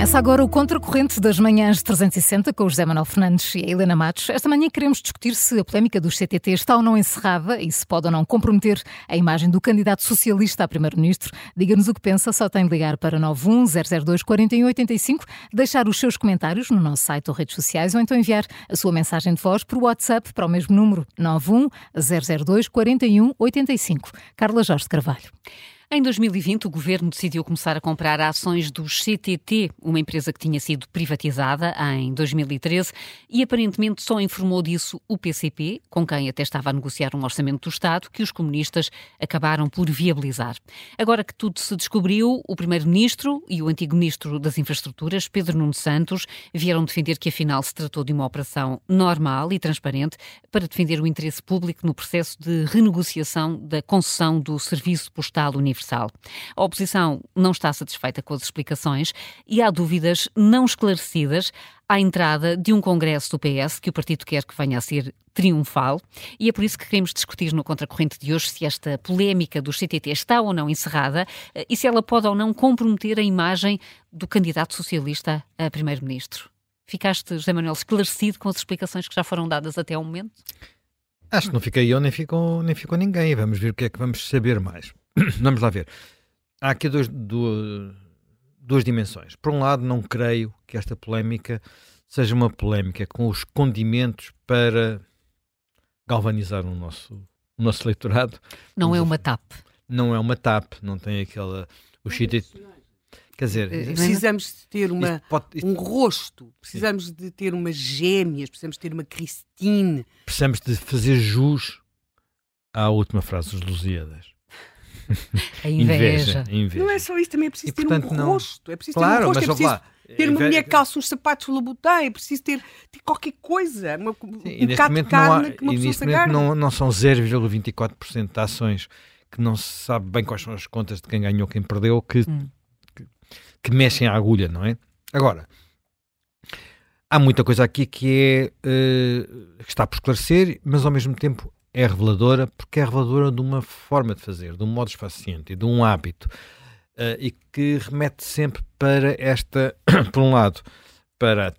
Começa agora o Contracorrente das Manhãs 360 com o José Manuel Fernandes e a Helena Matos. Esta manhã queremos discutir se a polémica dos CTT está ou não encerrada e se pode ou não comprometer a imagem do candidato socialista a primeiro-ministro. Diga-nos o que pensa, só tem de ligar para 91002-4185, deixar os seus comentários no nosso site ou redes sociais ou então enviar a sua mensagem de voz por WhatsApp para o mesmo número 91002-4185. Carla Jorge de Carvalho. Em 2020, o Governo decidiu começar a comprar ações do CTT, uma empresa que tinha sido privatizada em 2013 e aparentemente só informou disso o PCP, com quem até estava a negociar um orçamento do Estado, que os comunistas acabaram por viabilizar. Agora que tudo se descobriu, o Primeiro-Ministro e o antigo Ministro das Infraestruturas, Pedro Nuno Santos, vieram defender que afinal se tratou de uma operação normal e transparente para defender o interesse público no processo de renegociação da concessão do Serviço Postal Universal. A oposição não está satisfeita com as explicações e há dúvidas não esclarecidas à entrada de um congresso do PS que o partido quer que venha a ser triunfal, e é por isso que queremos discutir no Contracorrente de hoje se esta polémica do CTT está ou não encerrada e se ela pode ou não comprometer a imagem do candidato socialista a primeiro-ministro. Ficaste, José Manuel, esclarecido com as explicações que já foram dadas até ao momento? Acho que não fiquei eu, nem ficou ninguém. Vamos ver o que é que vamos saber mais. Vamos lá ver. Há aqui duas dimensões. Por um lado, não creio que esta polémica seja uma polémica com os condimentos para galvanizar o nosso eleitorado. Não é uma TAP. Não é uma TAP, não tem aquela... O CTT... Quer dizer... Precisamos de ter um rosto, precisamos de ter umas gêmeas, precisamos de ter uma Christine. Precisamos de fazer jus à última frase dos Lusíadas. A inveja. Não é só isso, também é preciso ter portanto, um rosto. É preciso claro, ter um rosto, mas, é preciso lá, ter uma mulher que calça uns sapatos Louboutin, é preciso ter qualquer coisa, um bocado de carne que uma pessoa se agarre. Não são 0,24% de ações que não se sabe bem quais são as contas de quem ganhou, quem perdeu, que mexem a agulha, não é? Agora, há muita coisa aqui que está por esclarecer, mas ao mesmo tempo é reveladora, porque é reveladora de uma forma de fazer, de um modo esfaciente e de um hábito, e que remete sempre para esta, por um lado, para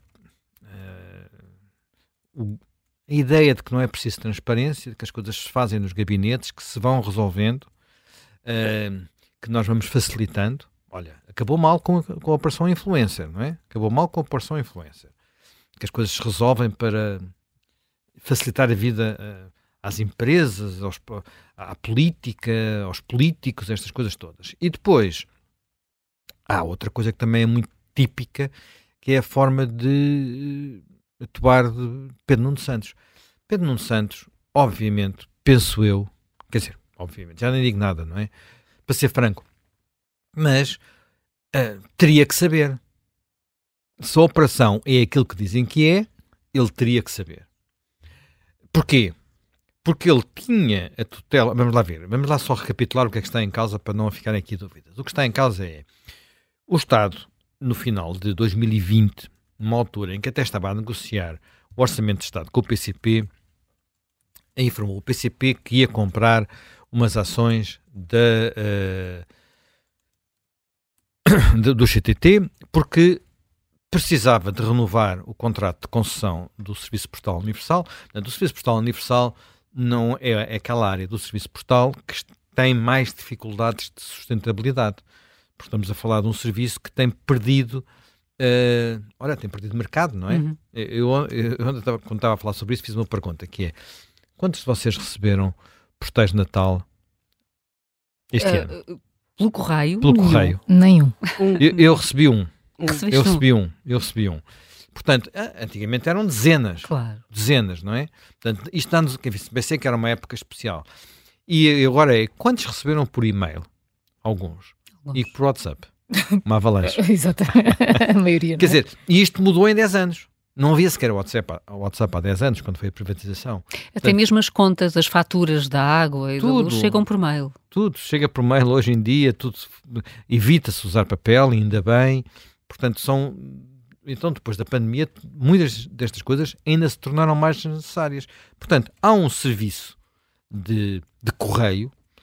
a ideia de que não é preciso transparência, de que as coisas se fazem nos gabinetes, que se vão resolvendo, que nós vamos facilitando. Olha, acabou mal com a operação influencer, não é? Acabou mal com a operação influencer. Que as coisas se resolvem para facilitar a vida às empresas, à política, aos políticos, estas coisas todas. E depois, há outra coisa que também é muito típica, que é a forma de atuar de Pedro Nuno Santos. Pedro Nuno Santos, obviamente, penso eu, quer dizer, obviamente, já nem digo nada, não é? Para ser franco, mas teria que saber. Se a operação é aquilo que dizem que é, ele teria que saber. Porquê? Porque ele tinha a tutela... Vamos lá só recapitular o que é que está em causa para não ficarem aqui dúvidas. O que está em causa é o Estado, no final de 2020, numa altura em que até estava a negociar o Orçamento de Estado com o PCP, informou o PCP que ia comprar umas ações do CTT, porque precisava de renovar o contrato de concessão do Serviço Postal Universal. Portanto, o Serviço Postal Universal não é aquela área do Serviço Postal que tem mais dificuldades de sustentabilidade. Porque estamos a falar de um serviço que tem perdido tem perdido mercado, não é? Uhum. Quando estava a falar sobre isso, fiz uma pergunta, que é: quantos de vocês receberam postais de Natal este ano? Pelo correio? Pelo correio. Nenhum. Eu recebi um. Eu recebi um. Portanto, antigamente eram dezenas. Claro. Dezenas, não é? Portanto, isto dá-nos... Pensei que era uma época especial. E agora quantos receberam por e-mail? Alguns. E por WhatsApp? Uma avalanche. Exatamente. A maioria. Quer dizer, e isto mudou em 10 anos. Não havia sequer WhatsApp há 10 anos, quando foi a privatização. Até mesmo as contas, as faturas da água e da luz chegam por mail. Tudo chega por mail hoje em dia, tudo evita-se usar papel, ainda bem. Portanto, então, depois da pandemia, muitas destas coisas ainda se tornaram mais necessárias. Portanto, há um serviço de correio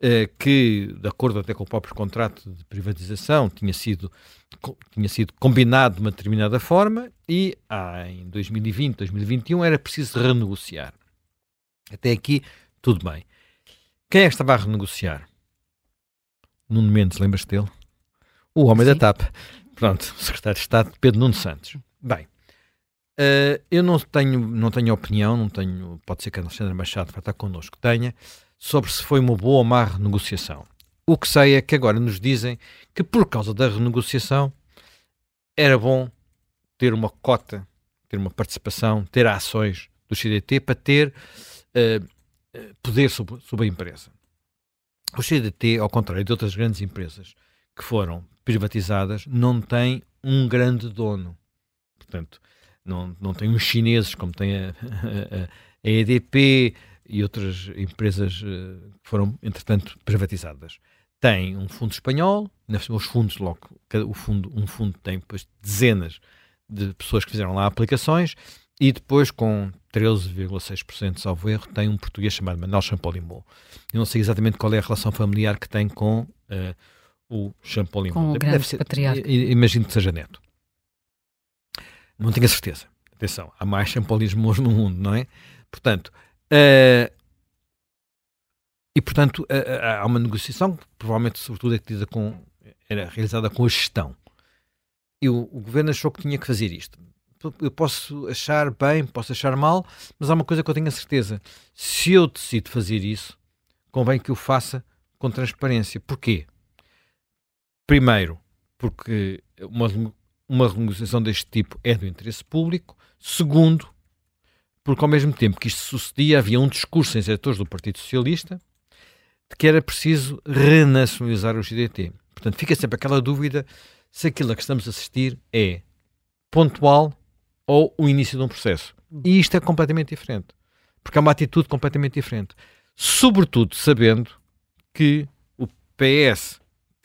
que, de acordo até com o próprio contrato de privatização, tinha sido combinado de uma determinada forma e em 2020, 2021 era preciso renegociar. Até aqui, tudo bem. Quem é que estava a renegociar? Nuno Mendes, lembras-te dele? O homem da TAP. Pronto, o secretário de Estado, Pedro Nuno Santos. Bem, eu não tenho opinião, pode ser que a Alexandra Machado vai estar connosco, tenha, sobre se foi uma boa ou má renegociação. O que sei é que agora nos dizem que por causa da renegociação era bom ter uma cota, ter uma participação, ter ações do CDT para ter poder sobre a empresa. O CDT, ao contrário de outras grandes empresas que foram privatizadas, não tem um grande dono. Portanto, não tem uns chineses como tem a EDP e outras empresas que foram, entretanto, privatizadas. Tem um fundo espanhol, os fundos logo, um fundo tem depois dezenas de pessoas que fizeram lá aplicações e depois com 13,6%, salvo erro, tem um português chamado Manuel Champollimau. Eu não sei exatamente qual é a relação familiar que tem com o Champollimau. Com o grande patriarca. Imagino que seja neto. Não tenho a certeza. Atenção, há mais Champollimaus no mundo, não é? Portanto, há uma negociação que provavelmente, sobretudo, era realizada com a gestão. E o governo achou que tinha que fazer isto. Eu posso achar bem, posso achar mal, mas há uma coisa que eu tenho a certeza. Se eu decido fazer isso, convém que eu faça com transparência. Porquê? Primeiro, porque uma renegociação deste tipo é do interesse público. Segundo, porque ao mesmo tempo que isto sucedia, havia um discurso em setores do Partido Socialista de que era preciso renacionalizar o CDT. Portanto, fica sempre aquela dúvida se aquilo a que estamos a assistir é pontual ou o início de um processo. E isto é completamente diferente. Porque é uma atitude completamente diferente. Sobretudo sabendo que o PS,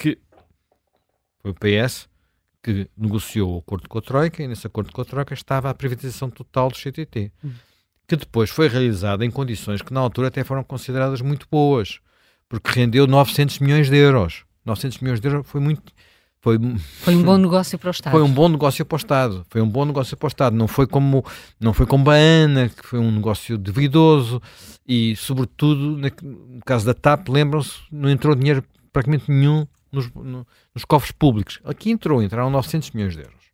foi o PS que negociou o acordo com a Troika, e nesse acordo com a Troika estava a privatização total do CTT, que depois foi realizada em condições que na altura até foram consideradas muito boas, porque rendeu 900 milhões de euros. 900 milhões de euros foi muito... Foi um bom negócio para o Estado. Foi um bom negócio para o Estado. Foi um bom negócio para o Estado. Não foi como a ANA, que foi um negócio duvidoso e, sobretudo, no caso da TAP, lembram-se, não entrou dinheiro praticamente nenhum nos cofres públicos. Aqui entraram 900 milhões de euros.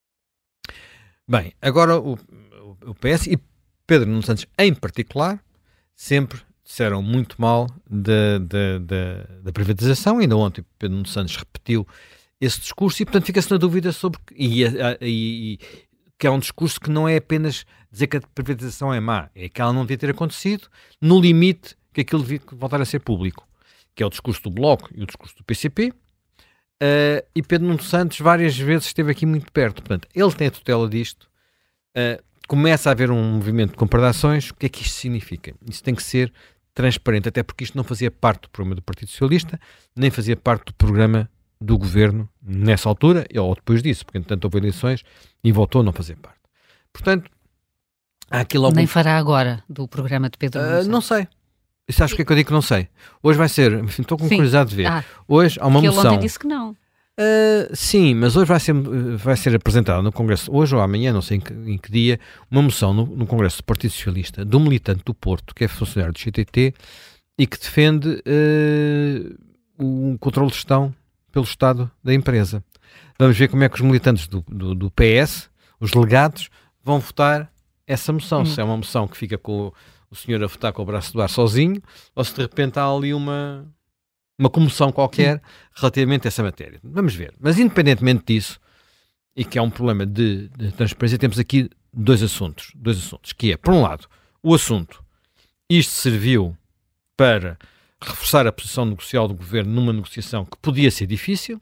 Bem, agora o PS e Pedro Nuno Santos, em particular, sempre disseram muito mal da privatização. Ainda ontem Pedro Nuno Santos repetiu esse discurso e, portanto, fica-se na dúvida sobre... E que é um discurso que não é apenas dizer que a privatização é má, é que ela não devia ter acontecido, no limite que aquilo devia voltar a ser público, que é o discurso do Bloco e o discurso do PCP, e Pedro Nuno Santos várias vezes esteve aqui muito perto. Portanto, ele tem a tutela disto, começa a haver um movimento de compra de ações. O que é que isto significa? Isso tem que ser transparente, até porque isto não fazia parte do programa do Partido Socialista, nem fazia parte do programa do governo nessa altura, ou depois disso, porque entretanto houve eleições e voltou a não fazer parte. Portanto, há aquilo... Nem fará agora do programa de Pedro Nuno Santos. Não sei. Isso acho que é que eu digo que não sei. Hoje vai ser, enfim, estou com curiosidade de ver. Hoje há uma moção. Ele ontem disse que não. Sim, mas hoje vai ser apresentada no Congresso, hoje ou amanhã, não sei em que dia, uma moção no Congresso do Partido Socialista de um militante do Porto, que é funcionário do CTT e que defende o controle de gestão pelo Estado da empresa. Vamos ver como é que os militantes do PS, os delegados, vão votar essa moção. Se é uma moção que fica com o senhor a votar com o braço do ar sozinho, ou se de repente há ali uma comoção qualquer relativamente a essa matéria. Vamos ver. Mas independentemente disso, e que é um problema de transparência, temos aqui dois assuntos, que é, por um lado, o assunto, isto serviu para reforçar a posição negocial do governo numa negociação que podia ser difícil,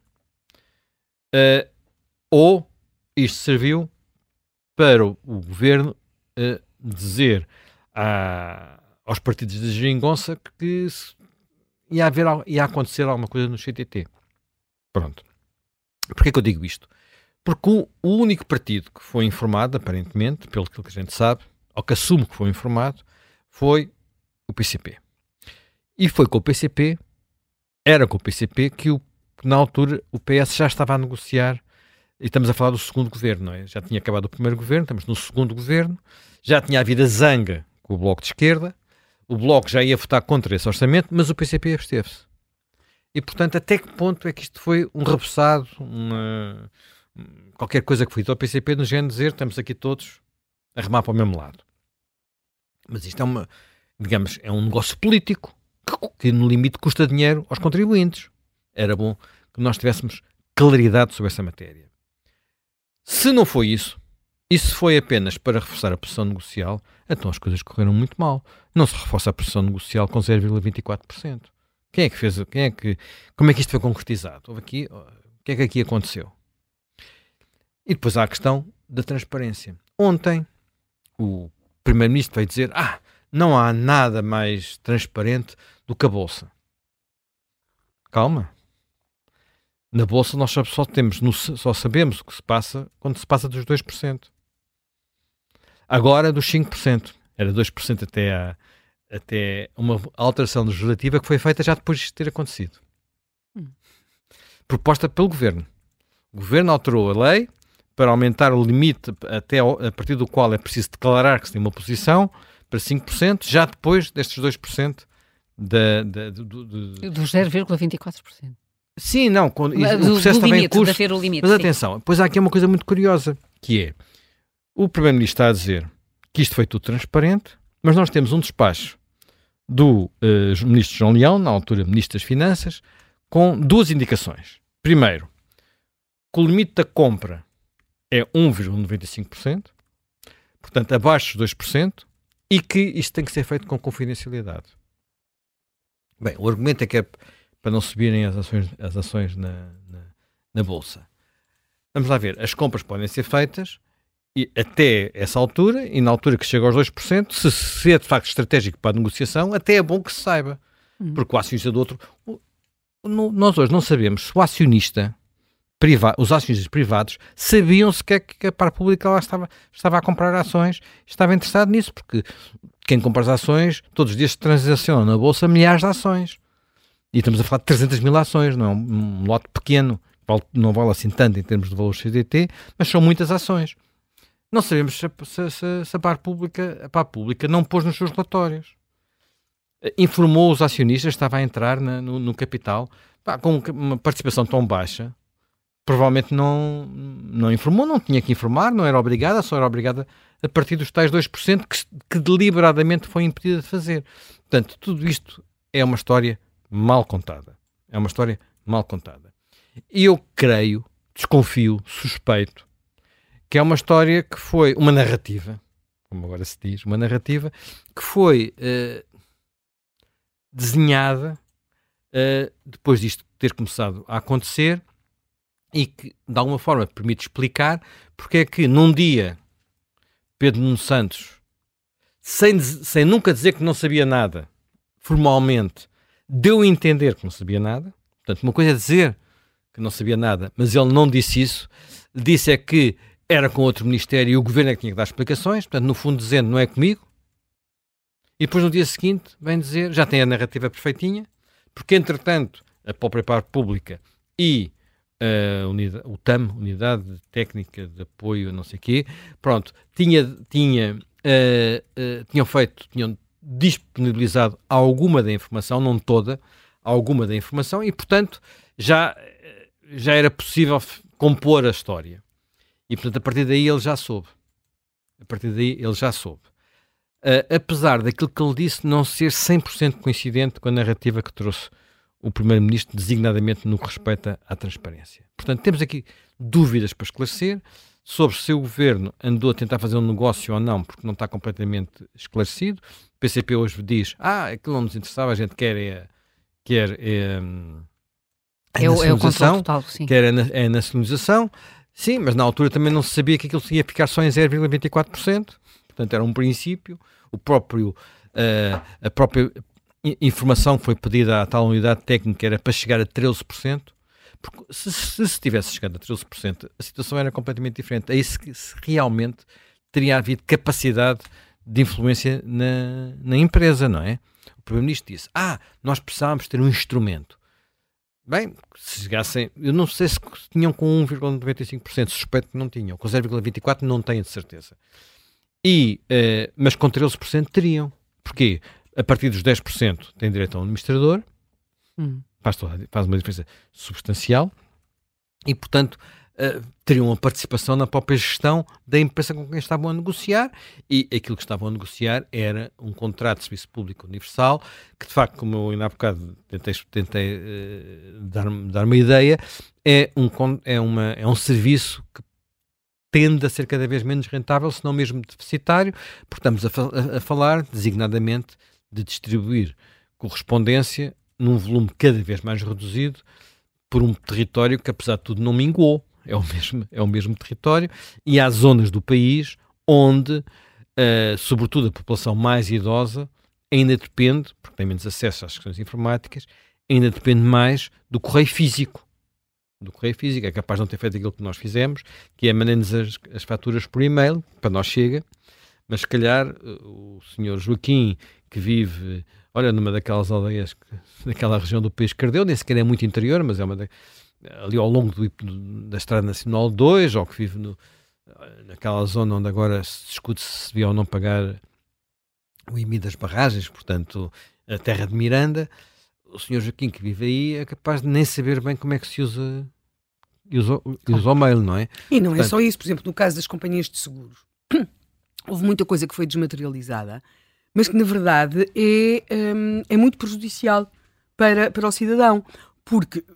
ou isto serviu para o governo dizer aos partidos de geringonça que ia acontecer alguma coisa no CTT. Pronto. Porquê que eu digo isto? Porque o único partido que foi informado, aparentemente, pelo que a gente sabe, ou que assume que foi informado, foi o PCP. E foi com o PCP era com o PCP que na altura o PS já estava a negociar, e estamos a falar do segundo governo, não é? Já tinha acabado o primeiro governo, estamos no segundo governo, já tinha havido a zanga com o Bloco de Esquerda, o Bloco já ia votar contra esse orçamento, mas o PCP absteve-se. E, portanto, até que ponto é que isto foi um rebuçado, qualquer coisa que foi dito ao PCP, no género de dizer, estamos aqui todos a remar para o mesmo lado. Mas isto é um negócio político, que no limite custa dinheiro aos contribuintes. Era bom que nós tivéssemos claridade sobre essa matéria. Se não foi isso, e se foi apenas para reforçar a pressão negocial, então as coisas correram muito mal. Não se reforça a pressão negocial com 0,24%. Como é que isto foi concretizado? O que é que aqui aconteceu? E depois há a questão da transparência. Ontem, o Primeiro-Ministro veio dizer, não há nada mais transparente do que a Bolsa. Calma. Na Bolsa nós só sabemos o que se passa quando se passa dos 2%. Agora dos 5%. Era 2% até uma alteração legislativa que foi feita já depois de ter acontecido. Proposta pelo Governo. O Governo alterou a lei para aumentar o limite a partir do qual é preciso declarar que se tem uma posição para 5%, já depois destes 2% dos 0,24%. Sim, não, o processo estava em curso. Mas sim. Atenção, pois há aqui uma coisa muito curiosa, que é, o Primeiro-Ministro está a dizer que isto foi tudo transparente, mas nós temos um despacho do Ministro João Leão, na altura Ministro das Finanças, com duas indicações. Primeiro, que o limite da compra é 1,95%, portanto abaixo dos 2%, e que isto tem que ser feito com confidencialidade. Bem, o argumento é que é para não subirem as ações na Bolsa. Vamos lá ver, as compras podem ser feitas e até essa altura, e na altura que chega aos 2%, se é de facto estratégico para a negociação, até é bom que se saiba. Porque o acionista do outro... Nós hoje não sabemos se o acionista privado, os acionistas privados sabiam sequer que a parte pública lá estava a comprar ações, estava interessado nisso, porque quem compra as ações, todos os dias se transacionam na Bolsa milhares de ações. E estamos a falar de 300 mil ações, não é um lote pequeno, não vale assim tanto em termos de valor CDT, mas são muitas ações. Não sabemos se a parte pública não pôs nos seus relatórios. Informou os acionistas, estava a entrar no capital, com uma participação tão baixa, provavelmente não informou, não tinha que informar, não era obrigada, só era obrigada a partir dos tais 2% que deliberadamente foi impedida de fazer. Portanto, tudo isto é uma história mal contada. É uma história mal contada. E eu creio, desconfio, suspeito, que é uma história que foi uma narrativa, como agora se diz, uma narrativa que foi desenhada depois disto ter começado a acontecer e que, de alguma forma, permite explicar porque é que, num dia, Pedro Nuno Santos, sem nunca dizer que não sabia nada, formalmente, deu a entender que não sabia nada. Portanto, uma coisa é dizer que não sabia nada, mas ele não disse isso. Disse é que era com outro ministério e o governo é que tinha que dar explicações. Portanto, no fundo, dizendo não é comigo. E depois, no dia seguinte, vem dizer, já tem a narrativa perfeitinha, porque, entretanto, a própria parte pública e o TAM, Unidade Técnica de Apoio, não sei o quê, pronto, tinham disponibilizado alguma da informação, não toda, alguma da informação, e, portanto, já era possível compor a história. E, portanto, a partir daí ele já soube. Apesar daquilo que ele disse não ser 100% coincidente com a narrativa que trouxe o Primeiro-Ministro, designadamente no que respeita à transparência. Portanto, temos aqui dúvidas para esclarecer sobre se o Governo andou a tentar fazer um negócio ou não, porque não está completamente esclarecido. O PCP hoje diz, aquilo não nos interessava, a gente quer a nacionalização, total, sim. Quer a nacionalização. Sim, mas na altura também não se sabia que aquilo ia ficar só em 0,24%. Portanto, era um princípio. A própria informação que foi pedida à tal unidade técnica era para chegar a 13%. Porque se tivesse chegado a 13%, a situação era completamente diferente. Aí se realmente teria havido capacidade de influência na empresa, não é? O Primeiro-Ministro disse, nós precisávamos ter um instrumento. Bem, se chegassem, eu não sei se tinham com 1,95%, suspeito que não tinham, com 0,24% não tenho de certeza. Mas com 13% teriam. Porquê? A partir dos 10% têm direito a um administrador, faz uma diferença substancial, e portanto teriam uma participação na própria gestão da empresa com quem estavam a negociar, e aquilo que estavam a negociar era um contrato de serviço público universal, que de facto, como eu ainda há bocado tentei dar uma ideia, é um serviço que tende a ser cada vez menos rentável, se não mesmo deficitário, porque estamos a falar designadamente de distribuir correspondência num volume cada vez mais reduzido por um território que, apesar de tudo, não minguou. É o mesmo território, e há zonas do país onde, sobretudo a população mais idosa, ainda depende, porque tem menos acesso às questões informáticas, ainda depende mais do correio físico. É capaz de não ter feito aquilo que nós fizemos, que é mandar-nos as faturas por e-mail, para nós chega, mas se calhar o senhor Joaquim, que vive, numa daquelas aldeias, daquela região do país que ardeu, nem sequer é muito interior, mas é ali ao longo da Estrada Nacional 2, ou que vive naquela zona onde agora se discute se devia ou não pagar o IMI das barragens, portanto, a terra de Miranda, o senhor Joaquim que vive aí é capaz de nem saber bem como é que se usa o mail, não é? E não é só isso, por exemplo, no caso das companhias de seguros, houve muita coisa que foi desmaterializada, mas que na verdade é muito prejudicial para o cidadão, porque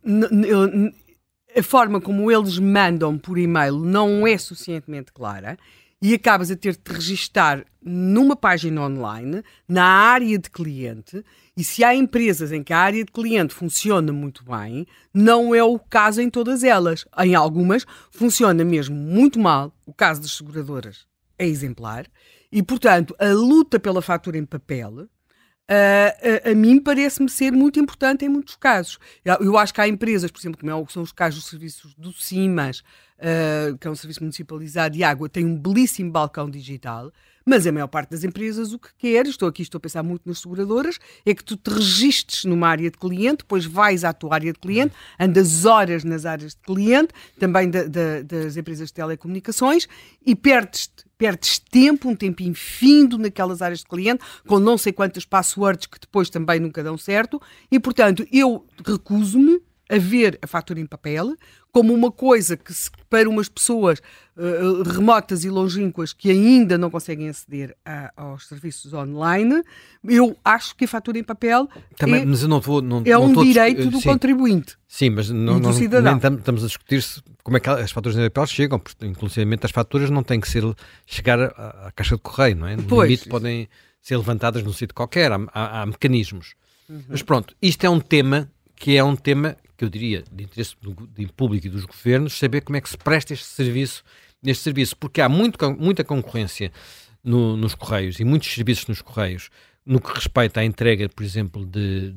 a forma como eles mandam por e-mail não é suficientemente clara, e acabas a ter de te registar numa página online, na área de cliente, e se há empresas em que a área de cliente funciona muito bem, não é o caso em todas elas. Em algumas funciona mesmo muito mal, o caso das seguradoras é exemplar, e portanto a luta pela fatura em papel a mim parece-me ser muito importante em muitos casos. Eu acho que há empresas, por exemplo, como são os casos dos serviços do CIMAS, que é um serviço municipalizado de água, tem um belíssimo balcão digital, mas a maior parte das empresas o que quer, estou a pensar muito nas seguradoras, é que tu te registres numa área de cliente, depois vais à tua área de cliente, andas horas nas áreas de cliente, também das empresas de telecomunicações, e perdes tempo, um tempo infindo naquelas áreas de cliente, com não sei quantas passwords que depois também nunca dão certo, e portanto eu recuso-me a ver a fatura em papel como uma coisa que, para umas pessoas remotas e longínquas que ainda não conseguem aceder aos serviços online, eu acho que a fatura em papel também, mas eu não um direito do contribuinte. Sim, mas do cidadão. Estamos a discutir como é que as faturas em papel chegam, porque inclusive as faturas não têm que chegar à caixa de correio, não é? No limite podem ser levantadas num sítio qualquer, há mecanismos. Mas pronto, isto é um tema que eu diria, de interesse do público e dos governos, saber como é que se presta este serviço, porque há muita concorrência nos Correios e muitos serviços nos Correios no que respeita à entrega, por exemplo, de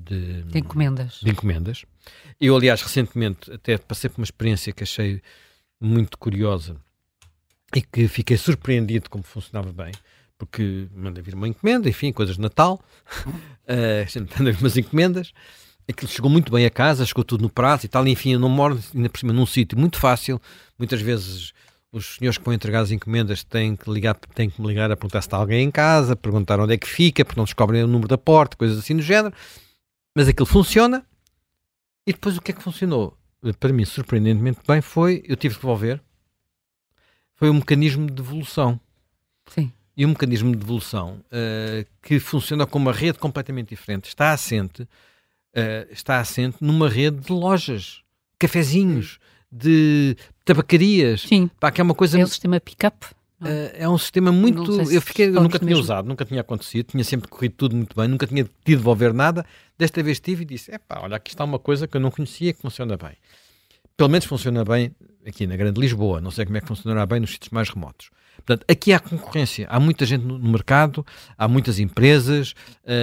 encomendas. Eu, aliás, recentemente até passei por uma experiência que achei muito curiosa e que fiquei surpreendido como funcionava bem, porque manda vir uma encomenda, enfim, coisas de Natal, a gente manda vir umas encomendas. Aquilo chegou muito bem a casa, chegou tudo no prazo e tal, e, enfim, eu não moro ainda por cima num sítio muito fácil. Muitas vezes os senhores que vão entregar as encomendas têm que me ligar a perguntar se está alguém em casa, perguntar onde é que fica, porque não descobrem o número da porta, coisas assim do género. Mas aquilo funciona. E depois o que é que funcionou? Para mim, surpreendentemente bem, eu tive que devolver. Foi um mecanismo de devolução. Sim. E um mecanismo de devolução que funciona com uma rede completamente diferente. Está assente numa rede de lojas, cafezinhos, de tabacarias. Sim. Pá, que é uma coisa... É o sistema pick-up. É um sistema muito... Eu nunca tinha usado, nunca tinha acontecido, tinha sempre corrido tudo muito bem, nunca tinha tido de devolver nada. Desta vez tive e disse, olha, aqui está uma coisa que eu não conhecia que funciona bem. Pelo menos funciona bem aqui na Grande Lisboa, não sei como é que funcionará bem nos sítios mais remotos. Portanto, aqui há concorrência, há muita gente no mercado, há muitas empresas,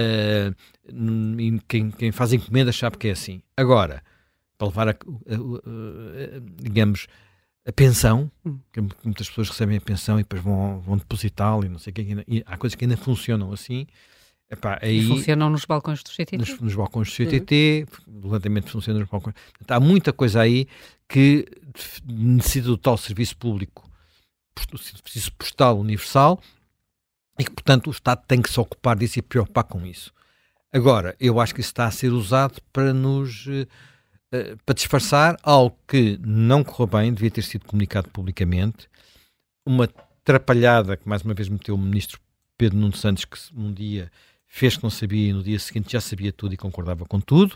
quem faz encomendas sabe que é assim. Agora, para levar digamos, a pensão, que muitas pessoas recebem a pensão e depois vão depositá-la e não sei o que, e há coisas que ainda funcionam assim, E funcionam nos balcões do CTT. Nos balcões do CTT, o levantamento funciona nos balcões. Portanto, há muita coisa aí que necessita do tal serviço público, serviço postal universal, e que, portanto, o Estado tem que se ocupar disso e preocupar com isso. Agora, eu acho que isso está a ser usado para para disfarçar algo que não correu bem, devia ter sido comunicado publicamente, uma atrapalhada que mais uma vez meteu o ministro Pedro Nuno Santos, que um dia fez que não sabia e no dia seguinte já sabia tudo e concordava com tudo,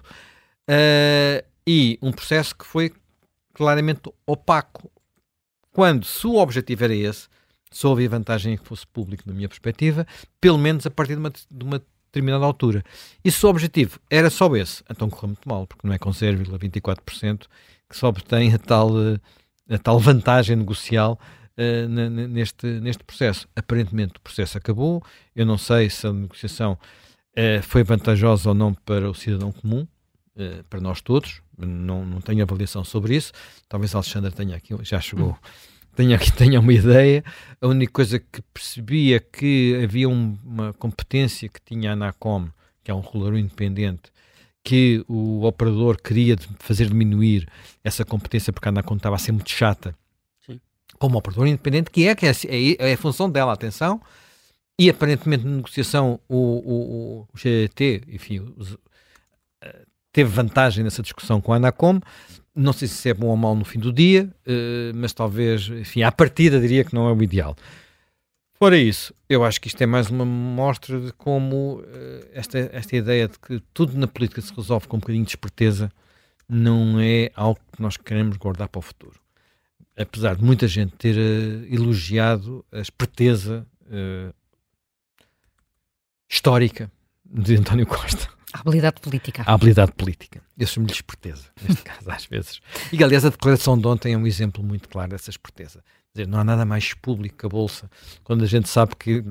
e um processo que foi claramente opaco, quando, se o objetivo era esse, só havia vantagem em que fosse público, na minha perspectiva, pelo menos a partir de uma determinada altura. E se o objetivo era só esse, então correu muito mal, porque não é com 0,24% que se obtém a tal vantagem negocial neste processo. Aparentemente o processo acabou. Eu não sei se a negociação foi vantajosa ou não para o cidadão comum, para nós todos. Não tenho avaliação sobre isso. Talvez a Alexandra tenha aqui, já chegou, tenha uma ideia. A única coisa que percebi é que havia uma competência que tinha a Anacom, que é um regulador independente, que o operador queria fazer diminuir essa competência porque a Anacom estava a ser muito chata. Sim. Como operador independente, que é a função dela, atenção, e aparentemente na negociação o GT, enfim, teve vantagem nessa discussão com a Anacom. Não sei se é bom ou mau no fim do dia, mas talvez, enfim, à partida diria que não é o ideal. Fora isso, eu acho que isto é mais uma mostra de como esta ideia de que tudo na política se resolve com um bocadinho de esperteza não é algo que nós queremos guardar para o futuro. Apesar de muita gente ter elogiado a esperteza histórica de António Costa. A habilidade política. A habilidade política. Eu chamo-lhe esperteza, neste caso, às vezes. E, aliás, a declaração de ontem é um exemplo muito claro dessa esperteza. Quer dizer, não há nada mais público que a Bolsa, quando a gente sabe que...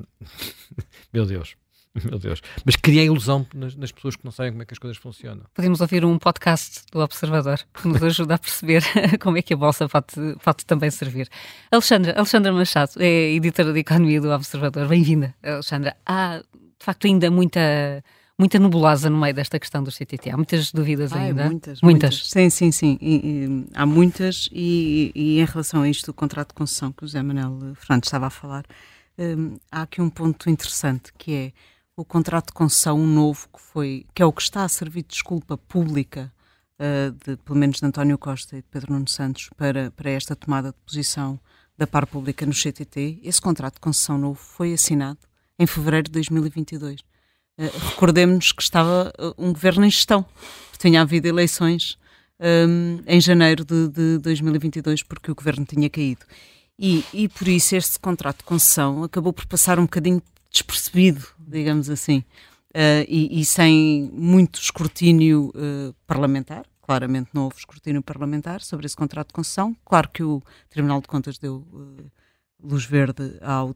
Meu Deus. Mas cria a ilusão nas pessoas que não sabem como é que as coisas funcionam. Podemos ouvir um podcast do Observador que nos ajuda a perceber como é que a Bolsa pode também servir. Alexandra Machado é editora de Economia do Observador. Bem-vinda, Alexandra. Há, de facto, ainda muita nebulosa no meio desta questão do CTT. Há muitas dúvidas ainda? Muitas. Sim. Há muitas e em relação a isto do contrato de concessão que o José Manuel Fernandes estava a falar, há aqui um ponto interessante, que é o contrato de concessão novo, que é o que está a servir de desculpa pública, pelo menos de António Costa e de Pedro Nuno Santos, para esta tomada de posição da par pública no CTT. Esse contrato de concessão novo foi assinado em fevereiro de 2022. Recordemos-nos que estava um governo em gestão, tinha havido eleições em janeiro de 2022, porque o governo tinha caído. E por isso este contrato de concessão acabou por passar um bocadinho despercebido, digamos assim, e sem muito escrutínio parlamentar. Claramente não houve escrutínio parlamentar sobre esse contrato de concessão. Claro que o Tribunal de Contas deu luz verde ao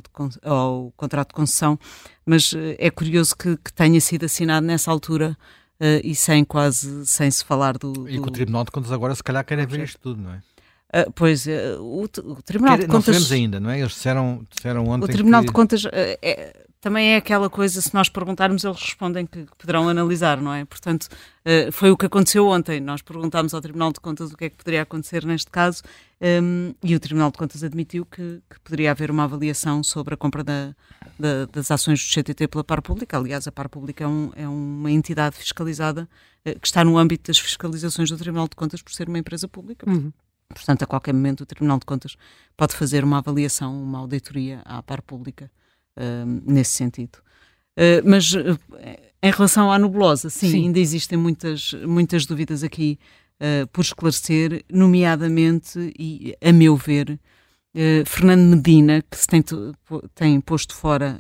contrato de concessão, mas é curioso que tenha sido assinado nessa altura e sem se falar do... E que o Tribunal de Contas agora se calhar quer ver isto tudo, não é? Pois, o Tribunal de Contas... Não sabemos ainda, não é? Eles disseram ontem o Tribunal de Contas também é aquela coisa, se nós perguntarmos, eles respondem que poderão analisar, não é? Portanto, foi o que aconteceu ontem. Nós perguntámos ao Tribunal de Contas o que é que poderia acontecer neste caso e o Tribunal de Contas admitiu que poderia haver uma avaliação sobre a compra das ações do CTT pela par pública. Aliás, a par pública é uma entidade fiscalizada que está no âmbito das fiscalizações do Tribunal de Contas por ser uma empresa pública. Portanto, a qualquer momento o Tribunal de Contas pode fazer uma avaliação, uma auditoria à par pública nesse sentido. Mas em relação à nebulosa, sim, ainda existem muitas dúvidas aqui por esclarecer, nomeadamente, e a meu ver, Fernando Medina, que se tem posto fora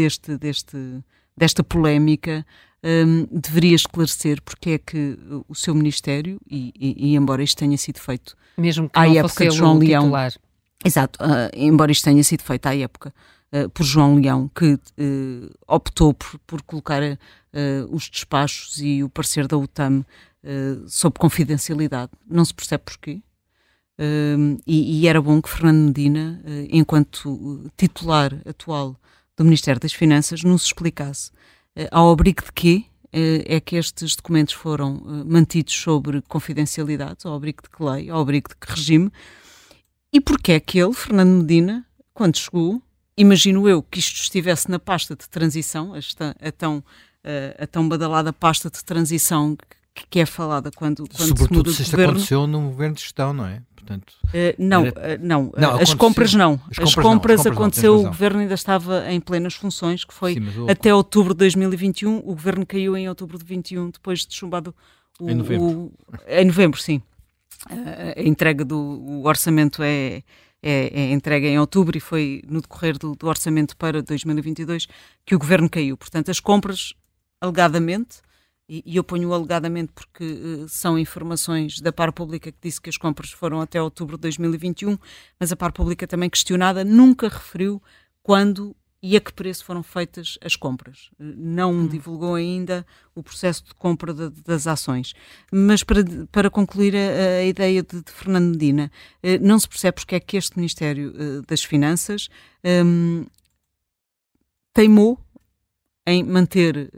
desta polémica, deveria esclarecer porque é que o seu Ministério, e embora isto tenha sido feito mesmo que à época de João Leão, titular. Exato, embora isto tenha sido feito à época por João Leão, que optou por colocar os despachos e o parecer da UTAM sob confidencialidade, não se percebe porquê. E era bom que Fernando Medina, enquanto titular atual do Ministério das Finanças, nos explicasse Ao abrigo de quê é que estes documentos foram mantidos sobre confidencialidade? Ao abrigo de que lei? Ao abrigo de que regime? E porquê é que ele, Fernando Medina, quando chegou, imagino eu que isto estivesse na pasta de transição, a tão badalada pasta de transição que é falada quando se muda de governo. Sobretudo se isto aconteceu num governo de gestão, não é? Portanto, as compras não. As compras aconteceu, o governo ainda estava em plenas funções, que foi até outubro de 2021, o governo caiu em outubro de 2021, depois de chumbado em novembro. Em novembro, sim. A entrega do orçamento é entregue em outubro e foi no decorrer do orçamento para 2022 que o governo caiu. Portanto, as compras, alegadamente, e eu ponho alegadamente porque são informações da Par Pública que disse que as compras foram até outubro de 2021, mas a Par Pública também questionada nunca referiu quando e a que preço foram feitas as compras. Não divulgou ainda o processo de compra das ações. Mas para concluir a ideia de Fernando Medina, não se percebe porque é que este Ministério das Finanças teimou em manter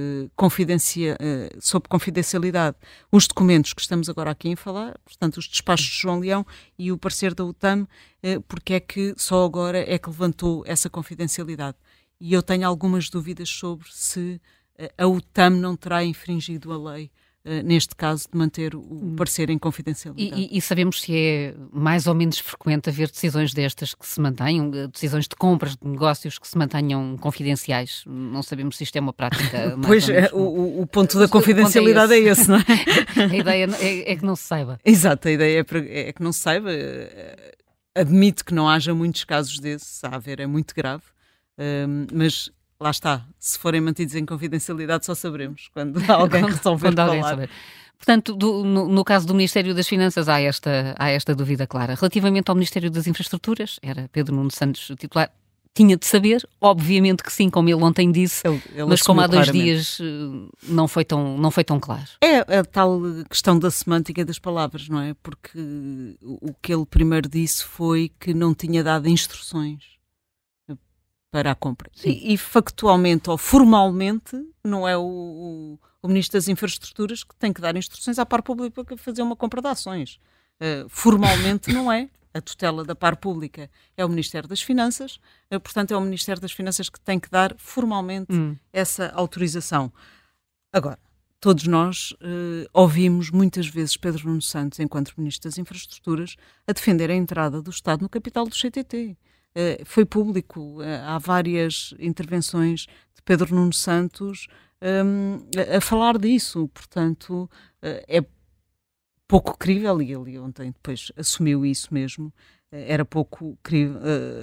sob confidencialidade os documentos que estamos agora aqui a falar, portanto os despachos de João Leão e o parecer da UTAM, porque é que só agora é que levantou essa confidencialidade. E eu tenho algumas dúvidas sobre se a UTAM não terá infringido a lei, neste caso, de manter o parecer em confidencialidade. E sabemos se é mais ou menos frequente haver decisões destas que se mantenham, decisões de compras, de negócios que se mantenham confidenciais? Não sabemos se isto é uma prática mais pois, ou menos... o ponto da confidencialidade é esse, não é? A ideia é que não se saiba. Exato, a ideia é que não se saiba. Admito que não haja muitos casos desses, a haver é muito grave, mas... Lá está, se forem mantidos em confidencialidade só saberemos quando alguém resolver falar. Portanto, no caso do Ministério das Finanças há esta dúvida clara. Relativamente ao Ministério das Infraestruturas, era Pedro Nuno Santos o titular, tinha de saber, obviamente que sim, como ele ontem disse, ele mas como há 2 dias não foi tão claro. É a tal questão da semântica das palavras, não é? Porque o que ele primeiro disse foi que não tinha dado instruções para a compra. E factualmente ou formalmente não é o Ministro das Infraestruturas que tem que dar instruções à Par Pública para fazer uma compra de ações. Formalmente não é. A tutela da Par Pública é o Ministério das Finanças, portanto é o Ministério das Finanças que tem que dar formalmente essa autorização. Agora, todos nós ouvimos muitas vezes Pedro Nuno Santos, enquanto Ministro das Infraestruturas, a defender a entrada do Estado no capital do CTT. Foi público, há várias intervenções de Pedro Nuno Santos a falar disso, portanto é pouco crível, e ele ontem depois assumiu isso mesmo, era pouco crível,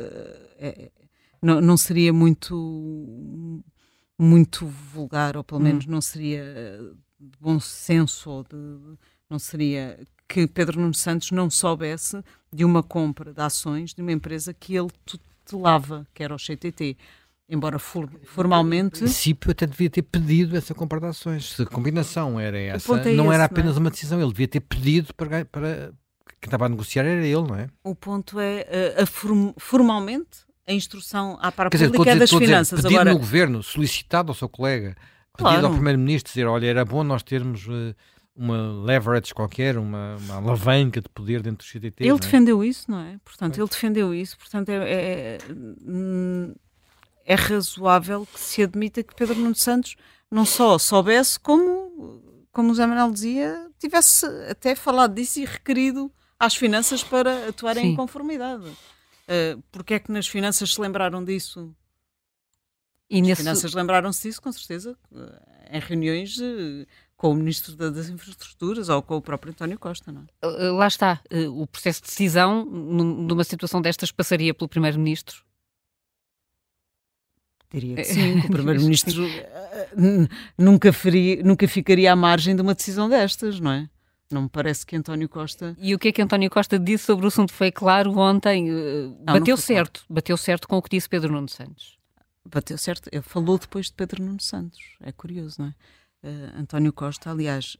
não seria muito vulgar, ou pelo menos não seria de bom senso, ou não seria que Pedro Nuno Santos não soubesse de uma compra de ações de uma empresa que ele tutelava, que era o CTT. Embora formalmente... Em princípio até devia ter pedido essa compra de ações. Se a combinação era essa, não esse, era apenas uma decisão, ele devia ter pedido para quem estava a negociar era ele, não é? O ponto é, formalmente, a instrução à Par Pública é das Finanças. Pedido agora, no governo, solicitado ao seu colega, pedido ao primeiro-ministro, dizer, olha, era bom nós termos... uma leverage qualquer, uma alavanca de poder dentro do CTT. Ele defendeu isso, não é? Portanto, ele defendeu isso. Portanto, é razoável que se admita que Pedro Nuno Santos não só soubesse, como o Zé Manuel dizia, tivesse até falado disso e requerido às finanças para atuarem em conformidade. Porque é que nas finanças se lembraram disso? As finanças lembraram-se disso, com certeza, em reuniões... com o Ministro das Infraestruturas ou com o próprio António Costa, não é? Lá está. O processo de decisão numa situação destas passaria pelo Primeiro-Ministro? Diria que sim, que o Primeiro-Ministro nunca ficaria à margem de uma decisão destas, não é? Não me parece que António Costa... E o que é que António Costa disse sobre o assunto? Foi claro ontem? Bateu certo com o que disse Pedro Nuno Santos? Bateu certo. Ele falou depois de Pedro Nuno Santos. É curioso, não é? António Costa, aliás,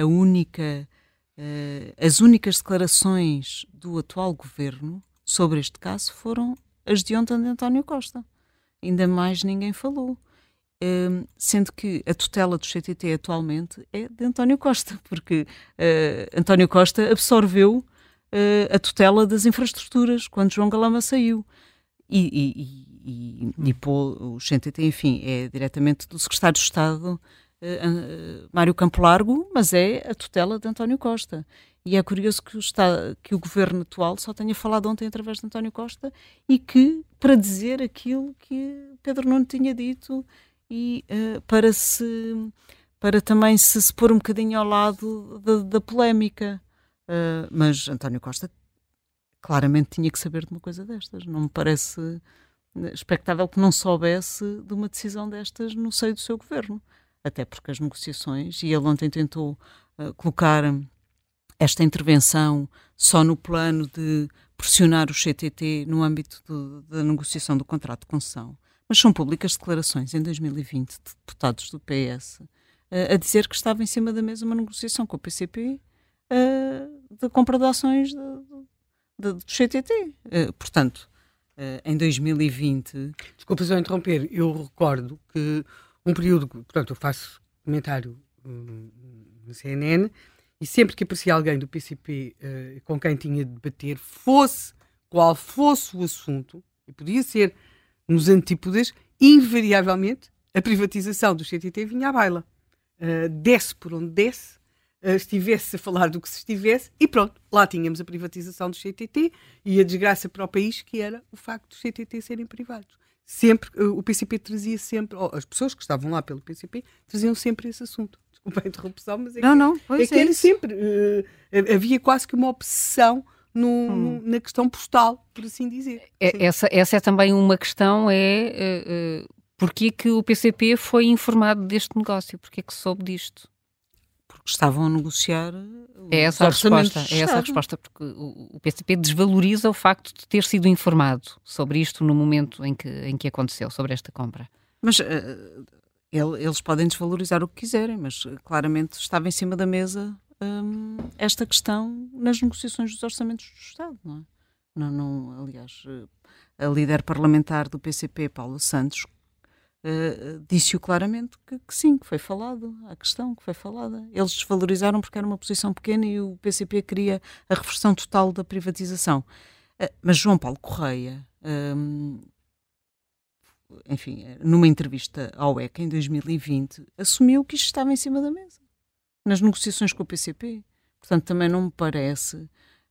as únicas declarações do atual governo sobre este caso foram as de ontem de António Costa. Ainda mais ninguém falou. sendo que a tutela do CTT atualmente é de António Costa, porque António Costa absorveu a tutela das infraestruturas quando João Galamba saiu. E o CTT, enfim, é diretamente do secretário de Estado Mário Campo Largo, mas é a tutela de António Costa. E é curioso que o governo atual só tenha falado ontem através de António Costa e que, para dizer aquilo que Pedro Nuno tinha dito e para também se pôr um bocadinho ao lado da polémica. Mas António Costa claramente tinha que saber de uma coisa destas. Não me parece expectável que não soubesse de uma decisão destas no seio do seu governo. Até porque as negociações, e ele ontem tentou colocar esta intervenção só no plano de pressionar o CTT no âmbito da negociação do contrato de concessão. Mas são públicas declarações em 2020 de deputados do PS a dizer que estava em cima da mesa uma negociação com o PCP da compra de ações do CTT. Portanto, em 2020... Desculpa só interromper, eu recordo que um período, portanto, eu faço comentário na CNN e sempre que aparecia alguém do PCP com quem tinha de debater, qual fosse o assunto, e podia ser nos antípodas, invariavelmente a privatização do CTT vinha à baila. Desce por onde desce, estivesse a falar do que se estivesse, e pronto, lá tínhamos a privatização do CTT e a desgraça para o país, que era o facto dos CTT serem privados. Sempre, o PCP trazia sempre, as pessoas que estavam lá pelo PCP traziam sempre esse assunto. Desculpa a interrupção, mas era sempre, havia quase que uma obsessão na questão postal, por assim dizer. Essa é também uma questão, porque que o PCP foi informado deste negócio? Porque que soube disto? Porque estavam a negociar essa a resposta, porque o PCP desvaloriza o facto de ter sido informado sobre isto no momento em que aconteceu, sobre esta compra. Mas eles podem desvalorizar o que quiserem, mas claramente estava em cima da mesa esta questão nas negociações dos orçamentos do Estado, não é? Aliás, a líder parlamentar do PCP, Paula Santos, disse-o claramente que sim, que foi falado, a questão que foi falada. Eles desvalorizaram porque era uma posição pequena e o PCP queria a reversão total da privatização. Mas João Paulo Correia, enfim, numa entrevista ao ECA em 2020, assumiu que isto estava em cima da mesa, nas negociações com o PCP. Portanto, também não me parece,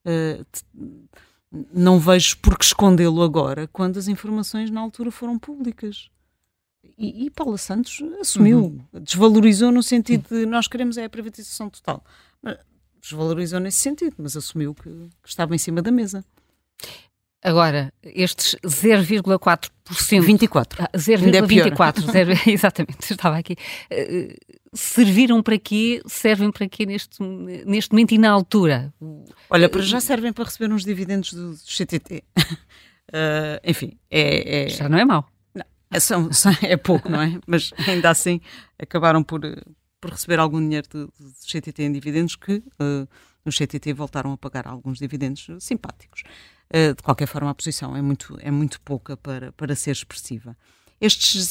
não vejo por que escondê-lo agora, quando as informações na altura foram públicas. E Paula Santos assumiu, desvalorizou no sentido de nós queremos a privatização total. Desvalorizou nesse sentido, mas assumiu que estava em cima da mesa. Agora, estes 0,4%... 24. 0,24%, exatamente, estava aqui. Serviram para quê? Servem para quê neste momento e na altura? Olha, para já servem para receber uns dividendos do CTT. Enfim, já não é mau. É pouco, não é? Mas ainda assim acabaram por receber algum dinheiro do CTT em dividendos, que no CTT voltaram a pagar alguns dividendos simpáticos. De qualquer forma, a posição é muito pouca para ser expressiva. Estes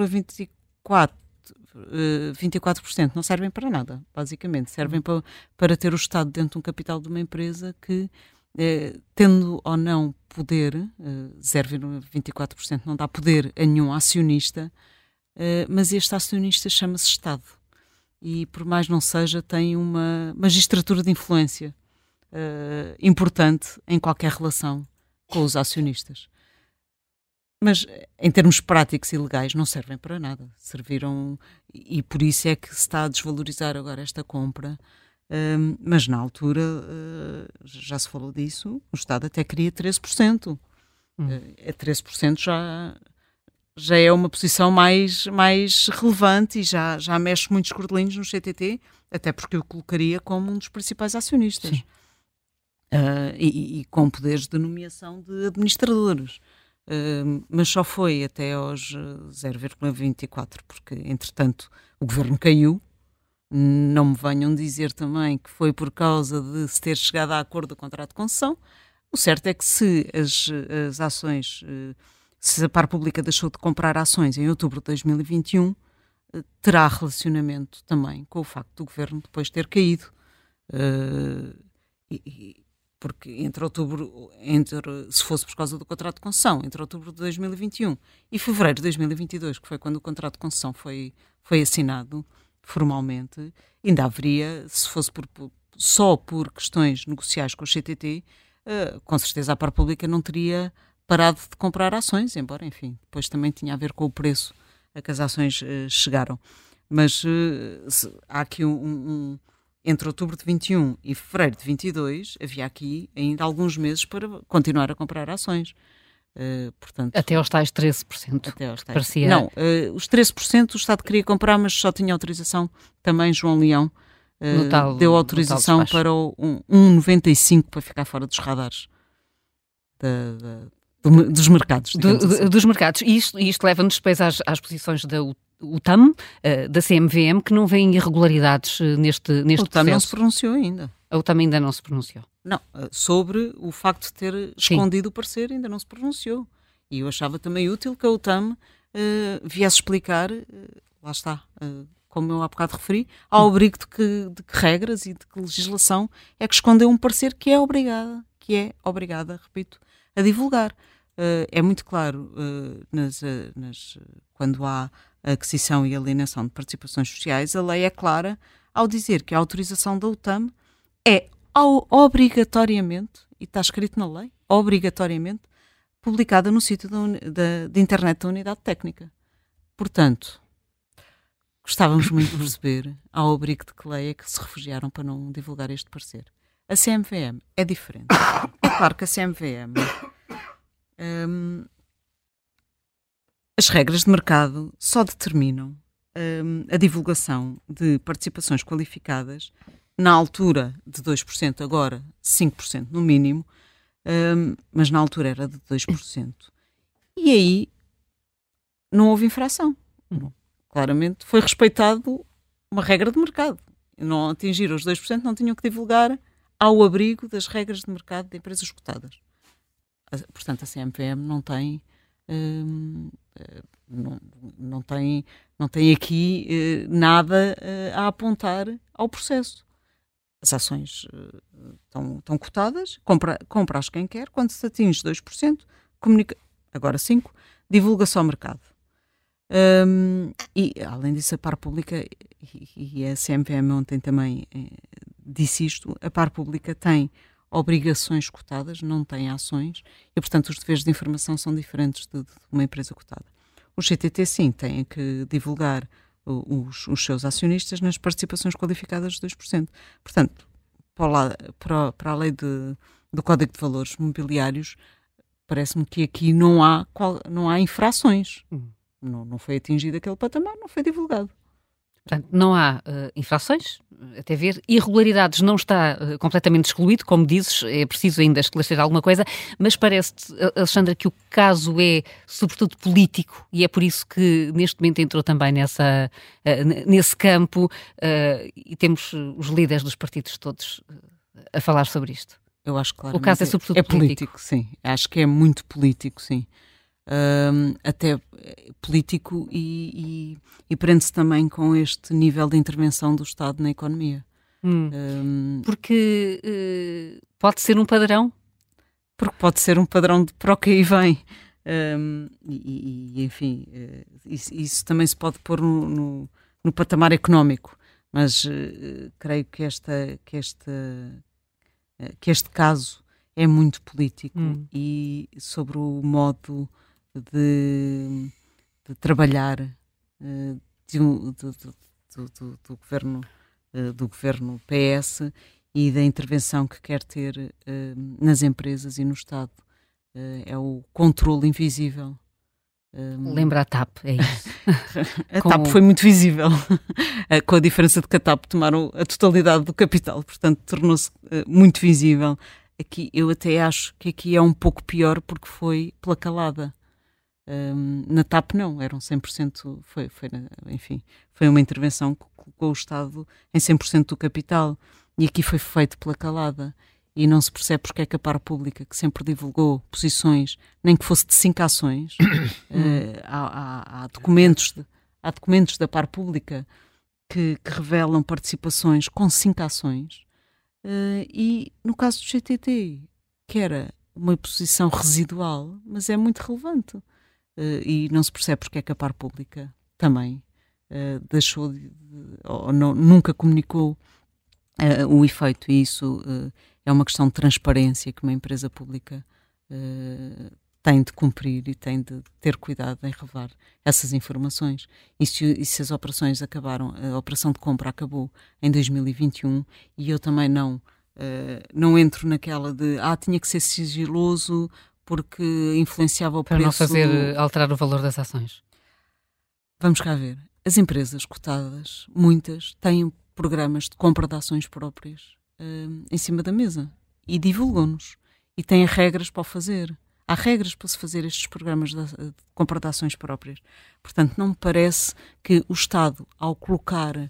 24% não servem para nada, basicamente. Servem para ter o Estado dentro de um capital de uma empresa que, tendo ou não poder, 0,24% não dá poder a nenhum acionista, mas este acionista chama-se Estado. E, por mais não seja, tem uma magistratura de influência importante em qualquer relação com os acionistas. Mas, em termos práticos e legais, não servem para nada. Serviram, e por isso é que se está a desvalorizar agora esta compra. Mas, na altura, já se falou disso, o Estado até queria 13%. 13% já é uma posição mais relevante e já mexe muitos cordelinhos no CTT, até porque eu colocaria como um dos principais acionistas. E com poderes de nomeação de administradores. Mas só foi até aos 0,24%, porque, entretanto, o governo caiu. Não me venham dizer também que foi por causa de se ter chegado a acordo do contrato de concessão. O certo é que se as ações, se a Par Pública deixou de comprar ações em outubro de 2021, terá relacionamento também com o facto do governo depois ter caído. Porque se fosse por causa do contrato de concessão, entre outubro de 2021 e fevereiro de 2022, que foi quando o contrato de concessão foi assinado formalmente, ainda haveria, se fosse só por questões negociais com o CTT, com certeza a Par Pública não teria parado de comprar ações, embora, enfim, depois também tinha a ver com o preço a que as ações chegaram. Mas há aqui entre outubro de 21 e fevereiro de 22, havia aqui ainda alguns meses para continuar a comprar ações. Portanto, até aos tais 13%. Até aos tais. Parecia... Não, os 13% o Estado queria comprar, mas só tinha autorização. Também João Leão deu autorização para o 1,95 para ficar fora dos radares dos mercados. Dos mercados. E isto leva-nos depois às posições da UTAM, da CMVM, que não vêem irregularidades neste processo. A UTAM não se pronunciou ainda. A UTAM ainda não se pronunciou. Não, sobre o facto de ter escondido o parecer ainda não se pronunciou. E eu achava também útil que a UTAM viesse explicar, lá está, como eu há bocado referi, ao abrigo de que regras e de que legislação é que escondeu um parecer que é obrigada, repito, a divulgar. É muito claro quando há aquisição e alienação de participações sociais, a lei é clara ao dizer que a autorização da UTAM é obrigatoriamente, e está escrito na lei, obrigatoriamente publicada no sítio de internet da unidade técnica. Portanto, gostávamos muito de perceber ao abrigo de que lei é que se refugiaram para não divulgar este parecer. A CMVM é diferente. É claro que a CMVM... as regras de mercado só determinam a divulgação de participações qualificadas na altura de 2%, agora 5% no mínimo, mas na altura era de 2%. E aí não houve infração. Claramente foi respeitado uma regra de mercado. Não atingiram os 2%, não tinham que divulgar ao abrigo das regras de mercado de empresas cotadas. Portanto, a CMVM não tem aqui nada a apontar ao processo. As ações estão cotadas, compra-as quem quer, quando se atinge 2%, agora 5%, divulga-se ao mercado. E, além disso, a Par Pública, e a CMVM ontem também disse isto, a Par Pública tem obrigações cotadas, não tem ações, e, portanto, os deveres de informação são diferentes de uma empresa cotada. O CTT, sim, tem que divulgar os seus acionistas nas participações qualificadas de 2%. Portanto, para a lei do Código de Valores Mobiliários, parece-me que aqui não há infrações. Não foi atingido aquele patamar, não foi divulgado. Portanto, não há infrações, até ver, irregularidades não está completamente excluído, como dizes, é preciso ainda esclarecer alguma coisa, mas parece-te, Alexandra, que o caso é sobretudo político e é por isso que neste momento entrou também nesse campo e temos os líderes dos partidos todos a falar sobre isto. Eu acho que o caso é sobretudo político, sim. Acho que é muito político, sim. Até político e prende-se também com este nível de intervenção do Estado na economia. Porque pode ser um padrão? Porque pode ser um padrão para o que aí vem. Enfim, isso também se pode pôr no patamar económico, mas creio que este caso é muito político e sobre o modo de trabalhar do governo PS e da intervenção que quer ter nas empresas e no Estado. É o controle invisível. Lembra a TAP, é isso? A TAP foi muito visível, com a diferença de que a TAP tomaram a totalidade do capital, portanto tornou-se muito visível. Aqui, eu até acho que aqui é um pouco pior porque foi pela calada. Na TAP não, eram 100%, foi uma intervenção que colocou o Estado em 100% do capital e aqui foi feito pela calada e não se percebe porque é que a Par Pública, que sempre divulgou posições, nem que fosse de 5 ações, há documentos há documentos da par pública que revelam participações com 5 ações, e no caso do CTT, que era uma posição residual, mas é muito relevante, e não se percebe porque é que a par pública também deixou ou nunca comunicou o efeito, e isso é uma questão de transparência que uma empresa pública tem de cumprir e tem de ter cuidado em revelar essas informações. E se as operações acabaram, a operação de compra acabou em 2021, e eu também não entro naquela de tinha que ser sigiloso porque influenciava o preço. Para não alterar o valor das ações. Vamos cá ver. As empresas cotadas, muitas, têm programas de compra de ações próprias em cima da mesa e divulgam-nos. E têm regras para o fazer. Há regras para se fazer estes programas de compra de ações próprias. Portanto, não me parece que o Estado, ao colocar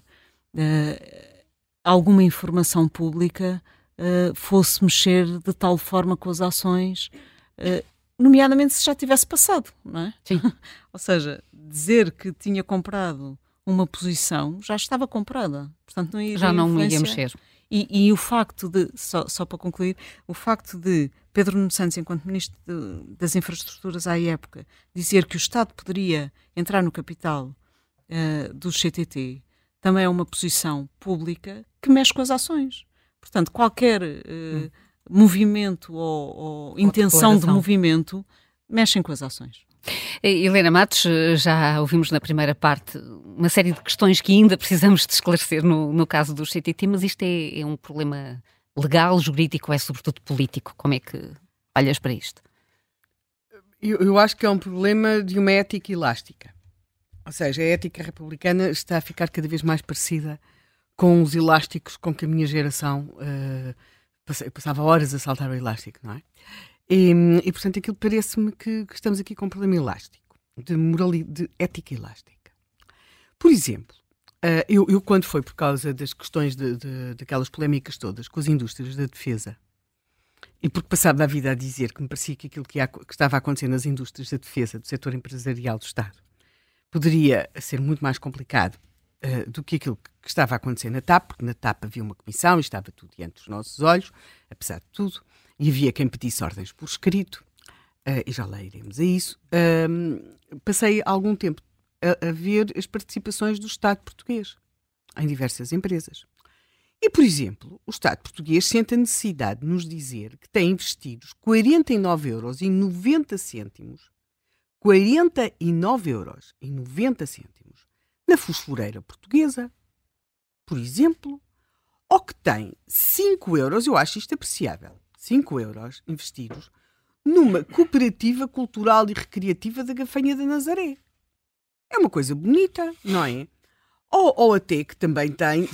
alguma informação pública, fosse mexer de tal forma com as ações, nomeadamente se já tivesse passado, não é? Sim. Ou seja, dizer que tinha comprado uma posição já estava comprada. Portanto, não ia mexer. E o facto de, só para concluir, o facto de Pedro Nuno Santos, enquanto Ministro das Infraestruturas à época, dizer que o Estado poderia entrar no capital do CTT, também é uma posição pública que mexe com as ações. Portanto, qualquer movimento ou intenção de movimento mexem com as ações. Helena Matos, já ouvimos na primeira parte uma série de questões que ainda precisamos de esclarecer no caso do CTT, mas isto é um problema legal, jurídico, é sobretudo político. Como é que olhas para isto? Eu acho que é um problema de uma ética elástica. Ou seja, a ética republicana está a ficar cada vez mais parecida com os elásticos com que a minha geração passava horas a saltar o elástico, não é? E portanto, aquilo parece-me que estamos aqui com um problema elástico, de ética elástica. Por exemplo, eu quando foi por causa das questões daquelas polémicas todas com as indústrias da defesa, e porque passava a vida a dizer que me parecia que aquilo que estava a acontecer nas indústrias da defesa, do setor empresarial do Estado, poderia ser muito mais complicado do que aquilo que estava a acontecer na TAP, porque na TAP havia uma comissão e estava tudo diante dos nossos olhos, apesar de tudo, e havia quem pedisse ordens por escrito, e já lá iremos a isso. Passei algum tempo a ver as participações do Estado português em diversas empresas. E, por exemplo, o Estado português sente a necessidade de nos dizer que tem investidos 49,90 € na fosforeira portuguesa, por exemplo, ou que tem 5 €, eu acho isto apreciável, 5 € investidos numa cooperativa cultural e recreativa da Gafanha da Nazaré. É uma coisa bonita, não é? Ou até que também tem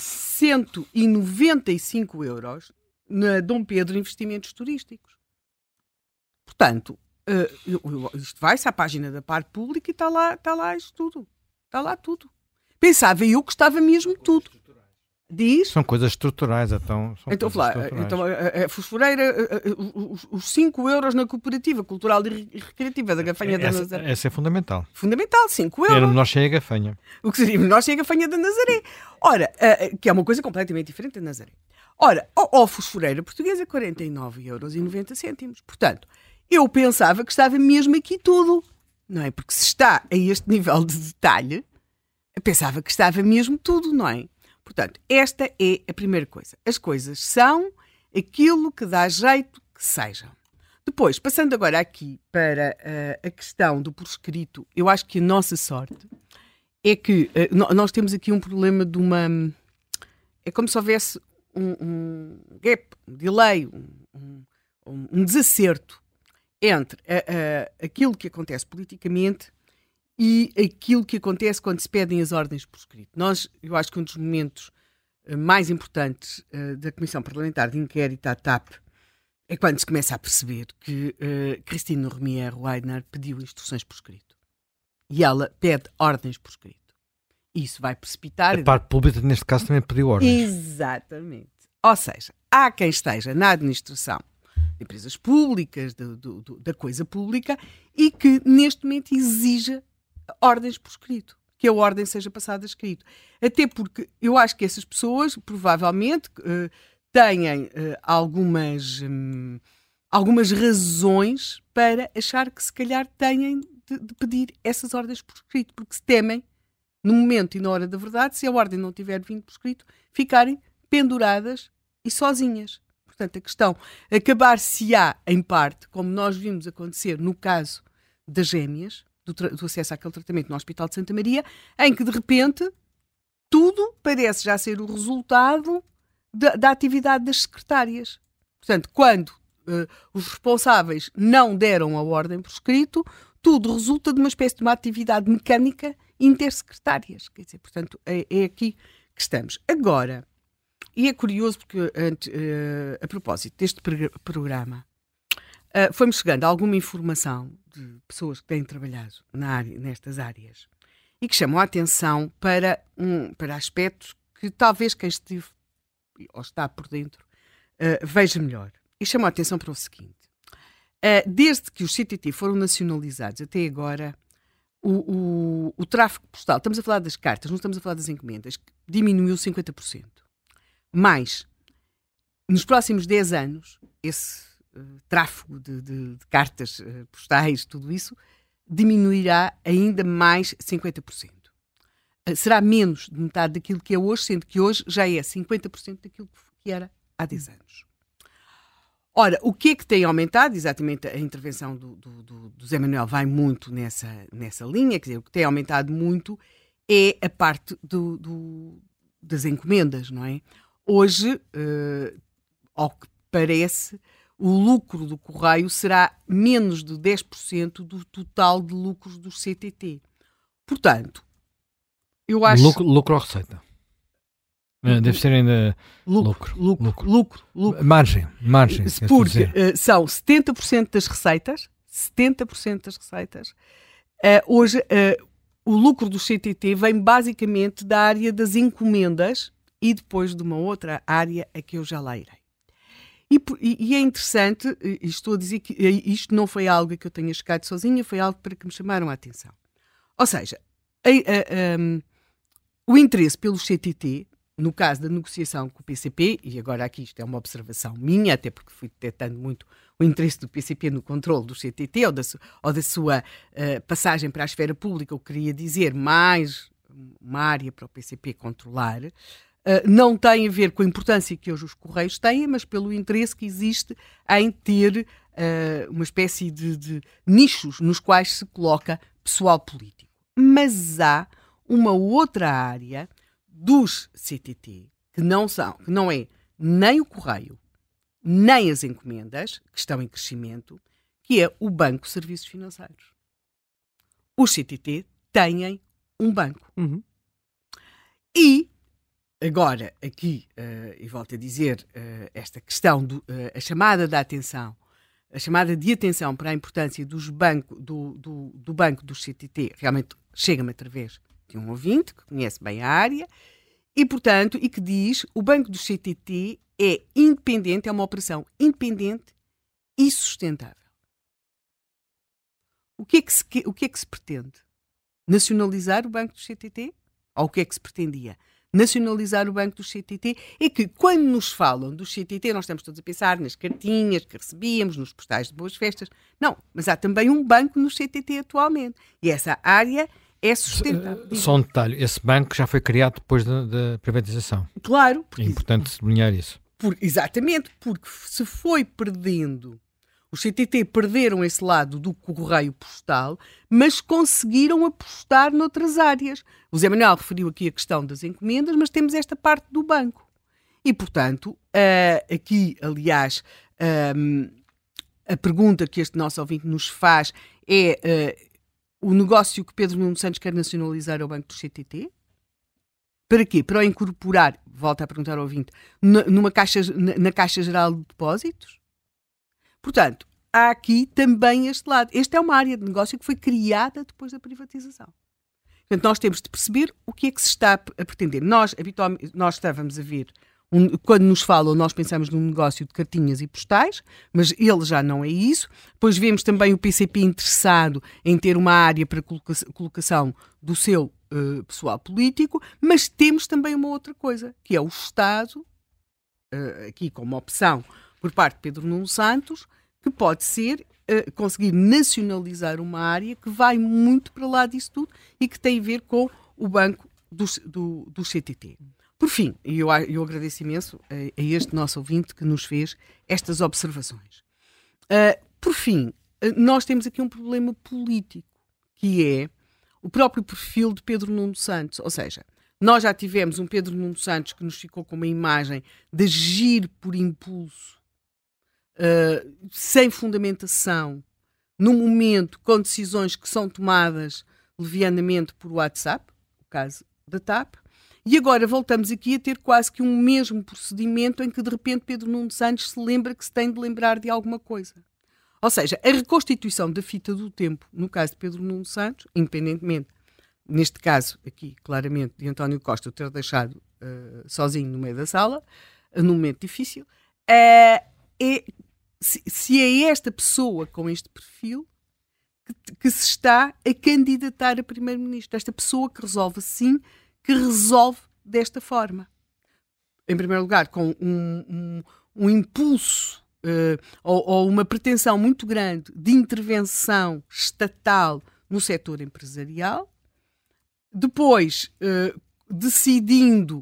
195 € na Dom Pedro Investimentos Turísticos. Portanto, isto vai-se à página da par pública e está lá isto tudo. Está lá tudo. Pensava eu que estava mesmo tudo. Diz? São coisas estruturais, então. Então, a fosforeira, os 5 € na cooperativa cultural e recreativa da Gafanha da Nazaré. Essa é fundamental. Fundamental, 5 €. Éramos nós sem a Gafanha. O que seríamos nós sem a Gafanha da Nazaré. Ora, que é uma coisa completamente diferente da Nazaré. Ora, a fosforeira portuguesa, 49,90 €. Portanto, eu pensava que estava mesmo aqui tudo. Não é? Porque se está a este nível de detalhe, eu pensava que estava mesmo tudo, não é? Portanto, esta é a primeira coisa. As coisas são aquilo que dá jeito que sejam. Depois, passando agora aqui para a questão do por escrito, eu acho que a nossa sorte é que nós temos aqui um problema de uma... É como se houvesse um gap, um delay, um desacerto entre aquilo que acontece politicamente e aquilo que acontece quando se pedem as ordens por escrito. Eu acho que um dos momentos mais importantes da Comissão Parlamentar de Inquérito à TAP é quando se começa a perceber que Christine Romier-Weidner pediu instruções por escrito. E ela pede ordens por escrito. Isso vai precipitar... A parte pública, neste caso, também pediu ordens. Exatamente. Ou seja, há quem esteja na administração de empresas públicas, da coisa pública, e que neste momento exija ordens por escrito. que a ordem seja passada a escrito. Até porque eu acho que essas pessoas, provavelmente, têm algumas razões para achar que se calhar têm de pedir essas ordens por escrito, porque se temem, no momento e na hora da verdade, se a ordem não tiver vindo por escrito, ficarem penduradas e sozinhas. Portanto, a questão acabar-se-á, em parte, como nós vimos acontecer no caso das gêmeas, do acesso àquele tratamento no Hospital de Santa Maria, em que, de repente, tudo parece já ser o resultado da atividade das secretárias. Portanto, quando os responsáveis não deram a ordem por escrito, tudo resulta de uma espécie de uma atividade mecânica intersecretárias. Quer dizer, portanto, é aqui que estamos. Agora, e é curioso porque, a propósito deste programa, foi-me chegando alguma informação de pessoas que têm trabalhado nestas áreas e que chamam a atenção para aspectos que talvez quem esteve ou está por dentro veja melhor. E chamam a atenção para o seguinte. Desde que os CTT foram nacionalizados até agora, o tráfego postal, estamos a falar das cartas, não estamos a falar das encomendas, diminuiu 50%. Mas, nos próximos 10 anos, esse tráfego de cartas postais, tudo isso, diminuirá ainda mais 50%. Será menos de metade daquilo que é hoje, sendo que hoje já é 50% daquilo que era há 10 anos. Ora, o que é que tem aumentado? Exatamente a intervenção do Zé Manuel vai muito nessa linha, quer dizer, o que tem aumentado muito é a parte das encomendas, não é? Hoje, ao que parece, o lucro do Correio será menos de 10% do total de lucros dos CTT. Portanto, eu acho... Lucro ou receita? Deve ser ainda lucro. Margem. Porque são 70% das receitas. Hoje, o lucro do CTT vem basicamente da área das encomendas e depois de uma outra área a que eu já lá irei. E é interessante, estou a dizer que isto não foi algo que eu tenha chegado sozinha, foi algo para que me chamaram a atenção. Ou seja, o interesse pelos CTT, no caso da negociação com o PCP, e agora aqui isto é uma observação minha, até porque fui detectando muito o interesse do PCP no controle do CTT ou da sua passagem para a esfera pública, o que queria dizer mais uma área para o PCP controlar, não tem a ver com a importância que hoje os Correios têm, mas pelo interesse que existe em ter uma espécie de nichos nos quais se coloca pessoal político. Mas há uma outra área dos CTT que não é nem o Correio, nem as encomendas, que estão em crescimento, que é o Banco de Serviços Financeiros. Os CTT têm um banco. Uhum. E agora, aqui, e volto a dizer, esta questão, a chamada de atenção para a importância do banco dos CTT, realmente chega-me através de um ouvinte que conhece bem a área e, portanto, e que diz o banco dos CTT é independente, é uma operação independente e sustentável. O que é que se pretende? Nacionalizar o banco dos CTT? Ou o que é que se pretendia? Nacionalizar o banco dos CTT é que, quando nos falam dos CTT, nós estamos todos a pensar nas cartinhas que recebíamos, nos postais de boas festas. Não, mas há também um banco nos CTT atualmente. E essa área é sustentável. Só um detalhe, esse banco já foi criado depois da privatização. Claro. É importante sublinhar isso. Exatamente, porque se foi perdendo, os CTT perderam esse lado do correio postal, mas conseguiram apostar noutras áreas. O Zé Manuel referiu aqui a questão das encomendas, mas temos esta parte do banco. E, portanto, aqui, aliás, a pergunta que este nosso ouvinte nos faz é o negócio que Pedro Nuno Santos quer nacionalizar ao banco do CTT? Para quê? Para o incorporar, volta a perguntar ao ouvinte, na Caixa Geral de Depósitos? Portanto, há aqui também este lado. Esta é uma área de negócio que foi criada depois da privatização. Portanto, nós temos de perceber o que é que se está a pretender. Nós, habitualmente, estávamos a ver, quando nos falam, nós pensamos num negócio de cartinhas e postais, mas ele já não é isso. Depois vemos também o PCP interessado em ter uma área para colocação do seu pessoal político, mas temos também uma outra coisa, que é o Estado, aqui como opção por parte de Pedro Nuno Santos, que pode ser conseguir nacionalizar uma área que vai muito para lá disso tudo e que tem a ver com o banco do CTT. Por fim, eu agradeço imenso a este nosso ouvinte que nos fez estas observações. Por fim, nós temos aqui um problema político, que é o próprio perfil de Pedro Nuno Santos. Ou seja, nós já tivemos um Pedro Nuno Santos que nos ficou com uma imagem de agir por impulso, sem fundamentação, no momento com decisões que são tomadas levianamente por WhatsApp, o caso da TAP, e agora voltamos aqui a ter quase que um mesmo procedimento em que de repente Pedro Nuno Santos se lembra que se tem de lembrar de alguma coisa. Ou seja, a reconstituição da fita do tempo, no caso de Pedro Nuno Santos, independentemente, neste caso aqui, claramente, de António Costa o ter deixado sozinho no meio da sala, num momento difícil, se é esta pessoa com este perfil que se está a candidatar a primeiro-ministro, esta pessoa que resolve assim, que resolve desta forma. Em primeiro lugar, com um impulso ou uma pretensão muito grande de intervenção estatal no setor empresarial, depois decidindo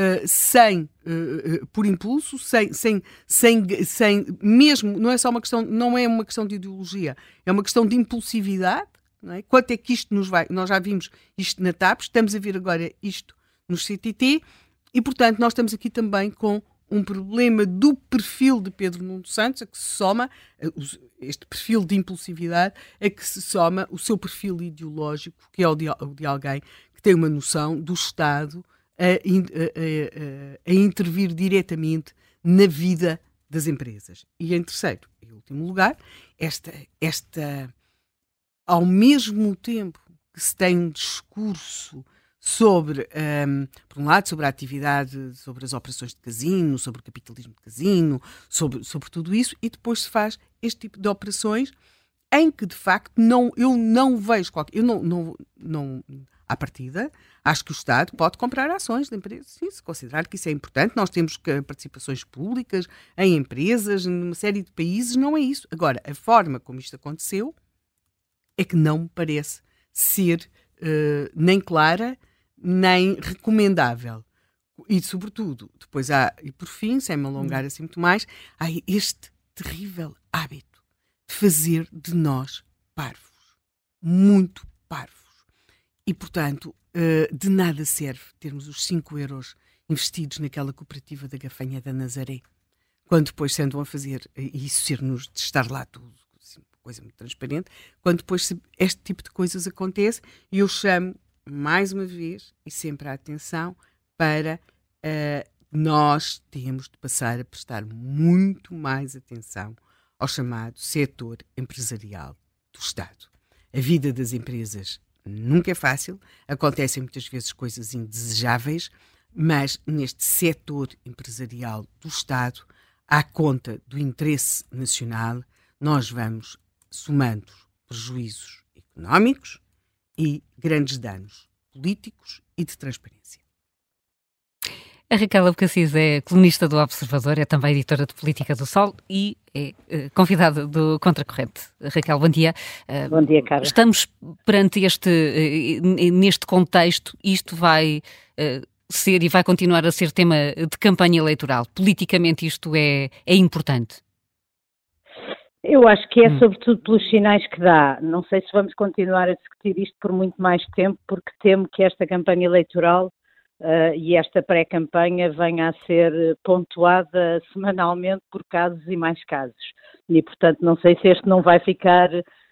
por impulso, sem mesmo, não é uma questão de ideologia, é uma questão de impulsividade, não é? Quanto é que isto nos vai, nós já vimos isto na TAP, estamos a ver agora isto no CTT, e portanto nós estamos aqui também com um problema do perfil de Pedro Nuno Santos, a que se soma, este perfil de impulsividade, a que se soma o seu perfil ideológico, que é o de alguém que tem uma noção do Estado a intervir diretamente na vida das empresas. E em terceiro e último lugar, esta ao mesmo tempo que se tem um discurso sobre, por um lado, sobre a atividade, sobre as operações de casino, sobre o capitalismo de casino, sobre tudo isso, e depois se faz este tipo de operações em que, de facto, eu não vejo qualquer... Eu não à partida, acho que o Estado pode comprar ações de empresas, sim, se considerar que isso é importante. Nós temos participações públicas em empresas, numa série de países, não é isso. Agora, a forma como isto aconteceu é que não me parece ser nem clara, nem recomendável. E, sobretudo, depois há, e por fim, sem me alongar assim muito mais, há este terrível hábito de fazer de nós parvos. Muito parvos. E, portanto, de nada serve termos os 5 euros investidos naquela cooperativa da Gafanha da Nazaré, quando depois se andam a fazer, e isso ser-nos de estar lá tudo, assim, coisa muito transparente, quando depois este tipo de coisas acontece, e eu chamo, mais uma vez, e sempre a atenção, para nós temos de passar a prestar muito mais atenção ao chamado setor empresarial do Estado. A vida das empresas nunca é fácil, acontecem muitas vezes coisas indesejáveis, mas neste setor empresarial do Estado, à conta do interesse nacional, nós vamos somando prejuízos económicos e grandes danos políticos e de transparência. A Raquel Abcacis é colunista do Observador, é também editora de Política do Sol e é convidada do Contracorrente. Raquel, bom dia. Bom dia, Carla. Estamos perante neste contexto, isto vai ser e vai continuar a ser tema de campanha eleitoral. Politicamente isto é importante? Eu acho que é sobretudo pelos sinais que dá. Não sei se vamos continuar a discutir isto por muito mais tempo, porque temo que esta campanha eleitoral e esta pré-campanha venha a ser pontuada semanalmente por casos e mais casos. E, portanto, não sei se este não vai ficar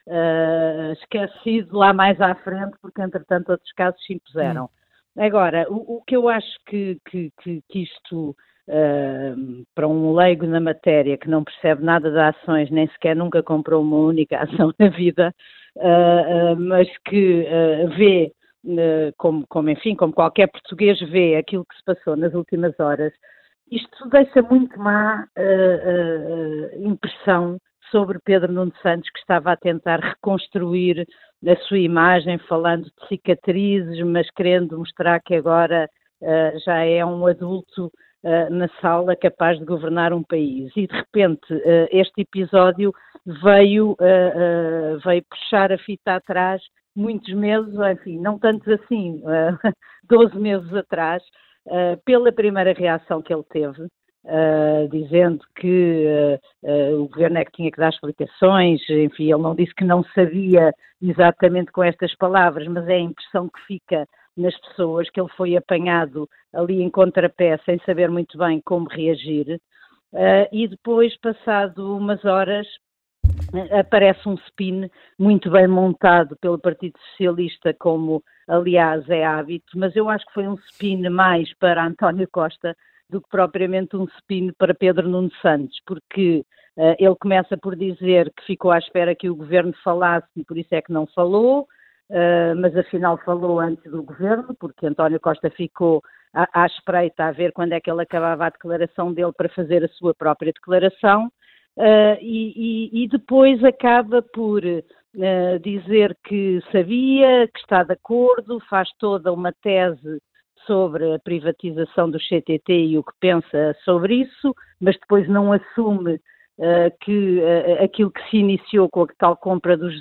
esquecido lá mais à frente, porque, entretanto, outros casos se impuseram. Agora, o que eu acho que isto, para um leigo na matéria, que não percebe nada de ações, nem sequer nunca comprou uma única ação na vida, mas que vê, como qualquer português vê aquilo que se passou nas últimas horas, isto deixa muito má impressão sobre Pedro Nuno Santos, que estava a tentar reconstruir a sua imagem, falando de cicatrizes, mas querendo mostrar que agora já é um adulto na sala capaz de governar um país. E de repente este episódio veio puxar a fita atrás muitos meses, enfim, não tantos assim, 12 meses atrás, pela primeira reação que ele teve, dizendo que o governo é que tinha que dar explicações, enfim, ele não disse que não sabia exatamente com estas palavras, mas é a impressão que fica nas pessoas, que ele foi apanhado ali em contrapé, sem saber muito bem como reagir, e depois, passado umas horas, aparece um spin muito bem montado pelo Partido Socialista, como aliás é hábito, mas eu acho que foi um spin mais para António Costa do que propriamente um spin para Pedro Nuno Santos, porque ele começa por dizer que ficou à espera que o governo falasse e por isso é que não falou, mas afinal falou antes do governo, porque António Costa ficou à espreita a ver quando é que ele acabava a declaração dele para fazer a sua própria declaração, e depois acaba por dizer que sabia, que está de acordo, faz toda uma tese sobre a privatização do CTT e o que pensa sobre isso, mas depois não assume que aquilo que se iniciou com a tal compra dos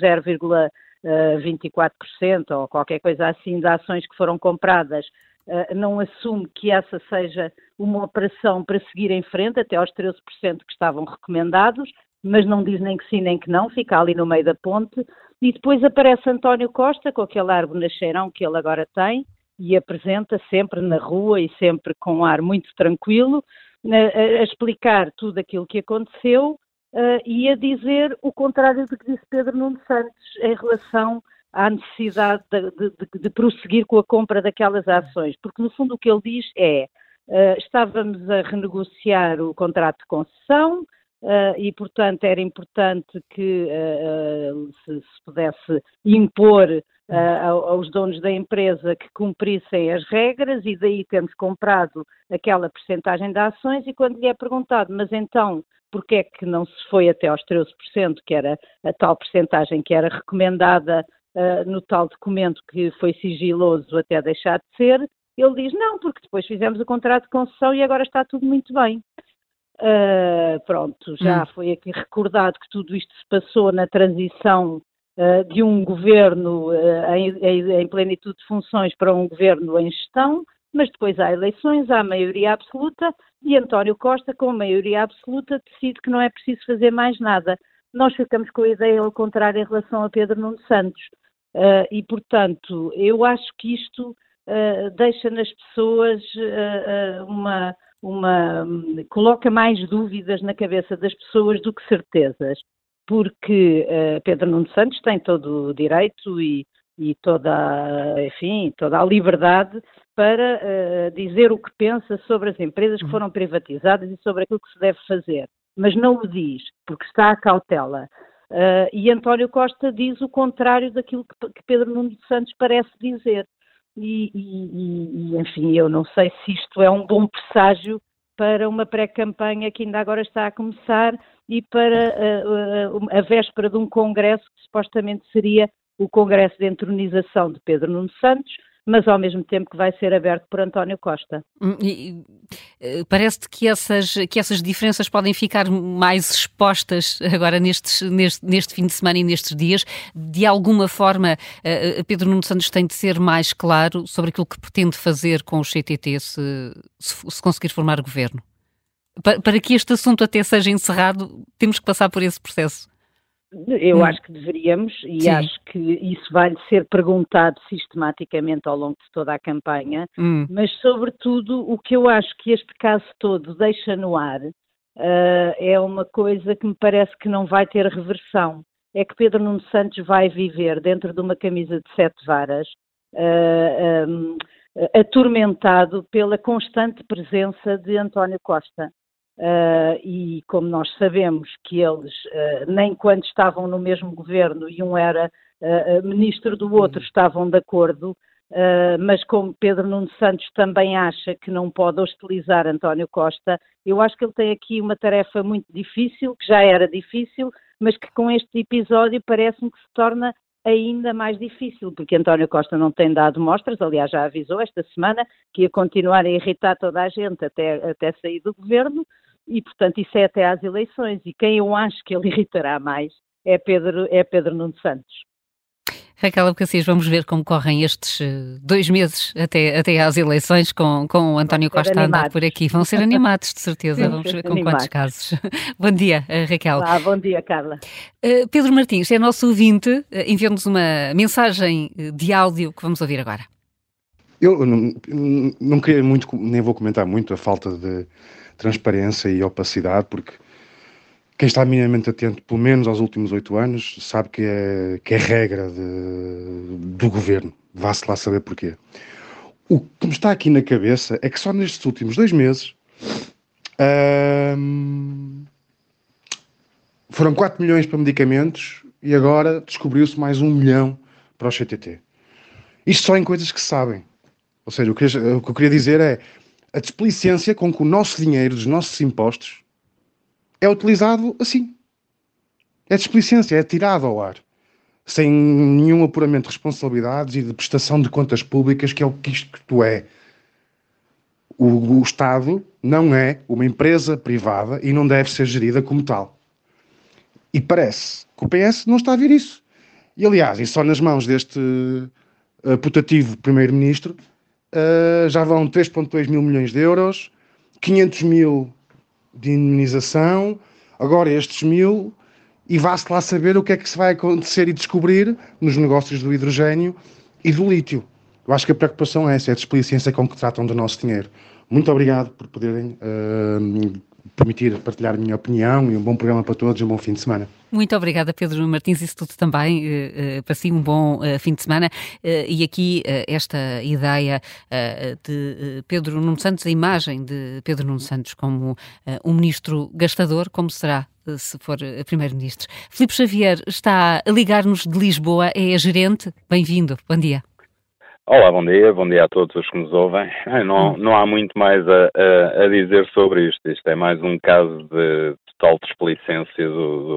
0,24% ou qualquer coisa assim de ações que foram compradas, não assume que essa seja uma operação para seguir em frente até aos 13% que estavam recomendados, mas não diz nem que sim nem que não, fica ali no meio da ponte, e depois aparece António Costa com aquele ar bonacheirão que ele agora tem e apresenta sempre na rua e sempre com um ar muito tranquilo, a explicar tudo aquilo que aconteceu e a dizer o contrário do que disse Pedro Nuno Santos em relação à necessidade de prosseguir com a compra daquelas ações, porque no fundo o que ele diz é estávamos a renegociar o contrato de concessão e portanto era importante que se pudesse impor aos donos da empresa que cumprissem as regras e daí temos comprado aquela percentagem de ações e quando lhe é perguntado, mas então porque é que não se foi até aos 13%, que era a tal percentagem que era recomendada no tal documento que foi sigiloso até deixar de ser, ele diz não, porque depois fizemos o contrato de concessão e agora está tudo muito bem. Pronto, já foi aqui recordado que tudo isto se passou na transição de um governo em plenitude de funções para um governo em gestão, mas depois há eleições, há maioria absoluta e António Costa, com maioria absoluta, decide que não é preciso fazer mais nada. Nós ficamos com a ideia ao contrário em relação a Pedro Nuno Santos e, portanto, eu acho que isto deixa nas pessoas coloca mais dúvidas na cabeça das pessoas do que certezas, porque Pedro Nuno Santos tem todo o direito e toda a liberdade para dizer o que pensa sobre as empresas que foram privatizadas e sobre aquilo que se deve fazer, mas não o diz, porque está à cautela. E António Costa diz o contrário daquilo que Pedro Nuno Santos parece dizer. Enfim, eu não sei se isto é um bom presságio para uma pré-campanha que ainda agora está a começar e para a véspera de um congresso que supostamente seria o congresso de entronização de Pedro Nuno Santos, mas ao mesmo tempo que vai ser aberto por António Costa. Parece-te que essas diferenças podem ficar mais expostas agora neste fim de semana e nestes dias. De alguma forma, Pedro Nuno Santos tem de ser mais claro sobre aquilo que pretende fazer com o CTT se conseguir formar governo. Para que este assunto até seja encerrado, temos que passar por esse processo. Eu acho que deveríamos e Sim. Acho que isso vai ser perguntado sistematicamente ao longo de toda a campanha, mas sobretudo o que eu acho que este caso todo deixa no ar é uma coisa que me parece que não vai ter reversão, é que Pedro Nuno Santos vai viver dentro de uma camisa de 7 varas, atormentado pela constante presença de António Costa. E como nós sabemos que eles, nem quando estavam no mesmo governo e um era ministro do outro, estavam de acordo, mas como Pedro Nuno Santos também acha que não pode hostilizar António Costa, eu acho que ele tem aqui uma tarefa muito difícil, que já era difícil, mas que com este episódio parece-me que se torna ainda mais difícil, porque António Costa não tem dado mostras, aliás já avisou esta semana que ia continuar a irritar toda a gente até sair do governo e, portanto, isso é até às eleições. E quem eu acho que ele irritará mais é Pedro Nuno Santos. Raquel Abcacis, vamos ver como correm estes 2 meses até às eleições com o António Costa a andar por aqui. Vão ser animados, de certeza. Sim, vamos ver com animados. quantos casos. Bom dia, Raquel. Bom dia, Carla. Pedro Martins é nosso ouvinte. Enviou-nos uma mensagem de áudio que vamos ouvir agora. Eu não queria muito, nem vou comentar muito a falta de transparência e opacidade, porque quem está minimamente atento, pelo menos aos últimos 8 anos, sabe que é regra do governo. Vá-se lá saber porquê. O que me está aqui na cabeça é que só nestes últimos 2 meses foram 4 milhões para medicamentos e agora descobriu-se mais 1 milhão para o CTT. Isto só em coisas que se sabem. Ou seja, o que eu queria dizer é a desplicência com que o nosso dinheiro, dos nossos impostos, é utilizado assim. É desplicência, é tirado ao ar. Sem nenhum apuramento de responsabilidades e de prestação de contas públicas, que é o que isto é. O Estado não é uma empresa privada e não deve ser gerida como tal. E parece que o PS não está a ver isso. E aliás, e só nas mãos deste putativo primeiro-ministro, já vão 3,2 mil milhões de euros, 500 mil de indemnização, agora estes 1.000, e vá-se lá saber o que é que se vai acontecer e descobrir nos negócios do hidrogénio e do lítio. Eu acho que a preocupação é essa, é a desplicência com que tratam do nosso dinheiro. Muito obrigado por poderem permitir partilhar a minha opinião e um bom programa para todos e um bom fim de semana. Muito obrigada, Pedro Martins, isso tudo também, para si um bom fim de semana. E aqui esta ideia de Pedro Nuno Santos, a imagem de Pedro Nuno Santos como um ministro gastador, como será se for primeiro-ministro. Filipe Xavier está a ligar-nos de Lisboa, é gerente, bem-vindo, bom dia. Olá, bom dia a todos os que nos ouvem. Não há muito mais a dizer sobre isto. Isto é mais um caso de total desplicência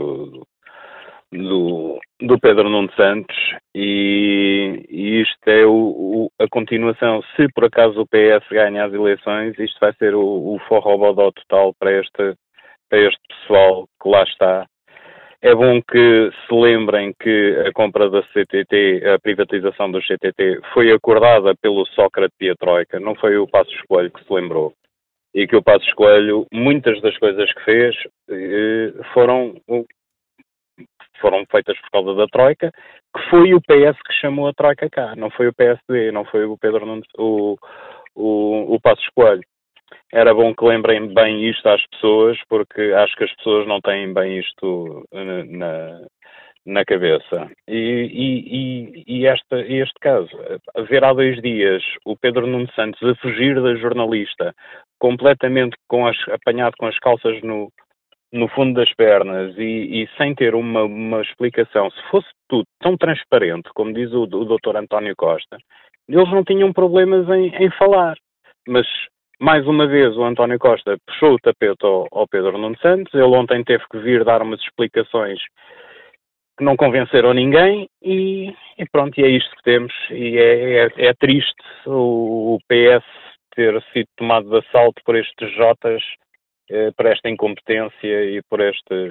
do Pedro Nuno Santos e isto é a continuação. Se por acaso o PS ganha as eleições, isto vai ser o forrobodó total para este pessoal que lá está. É bom que se lembrem que a compra da CTT, a privatização do CTT, foi acordada pelo Sócrates e a Troika, não foi o Passos Coelho que se lembrou. E que o Passos Coelho, muitas das coisas que fez foram feitas por causa da Troika, que foi o PS que chamou a Troika cá, não foi o PSD, não foi o Pedro Nunes, o Passos Coelho. Era bom que lembrem bem isto às pessoas, porque acho que as pessoas não têm bem isto na cabeça. E este caso, a ver há 2 dias o Pedro Nuno Santos a fugir da jornalista, completamente apanhado com as calças no fundo das pernas e sem ter uma explicação, se fosse tudo tão transparente, como diz o Dr. António Costa, eles não tinham problemas em falar. Mas mais uma vez o António Costa puxou o tapete ao Pedro Nuno Santos, ele ontem teve que vir dar umas explicações que não convenceram ninguém e pronto, e é isto que temos e é triste o PS ter sido tomado de assalto por estes Jotas, por esta incompetência e por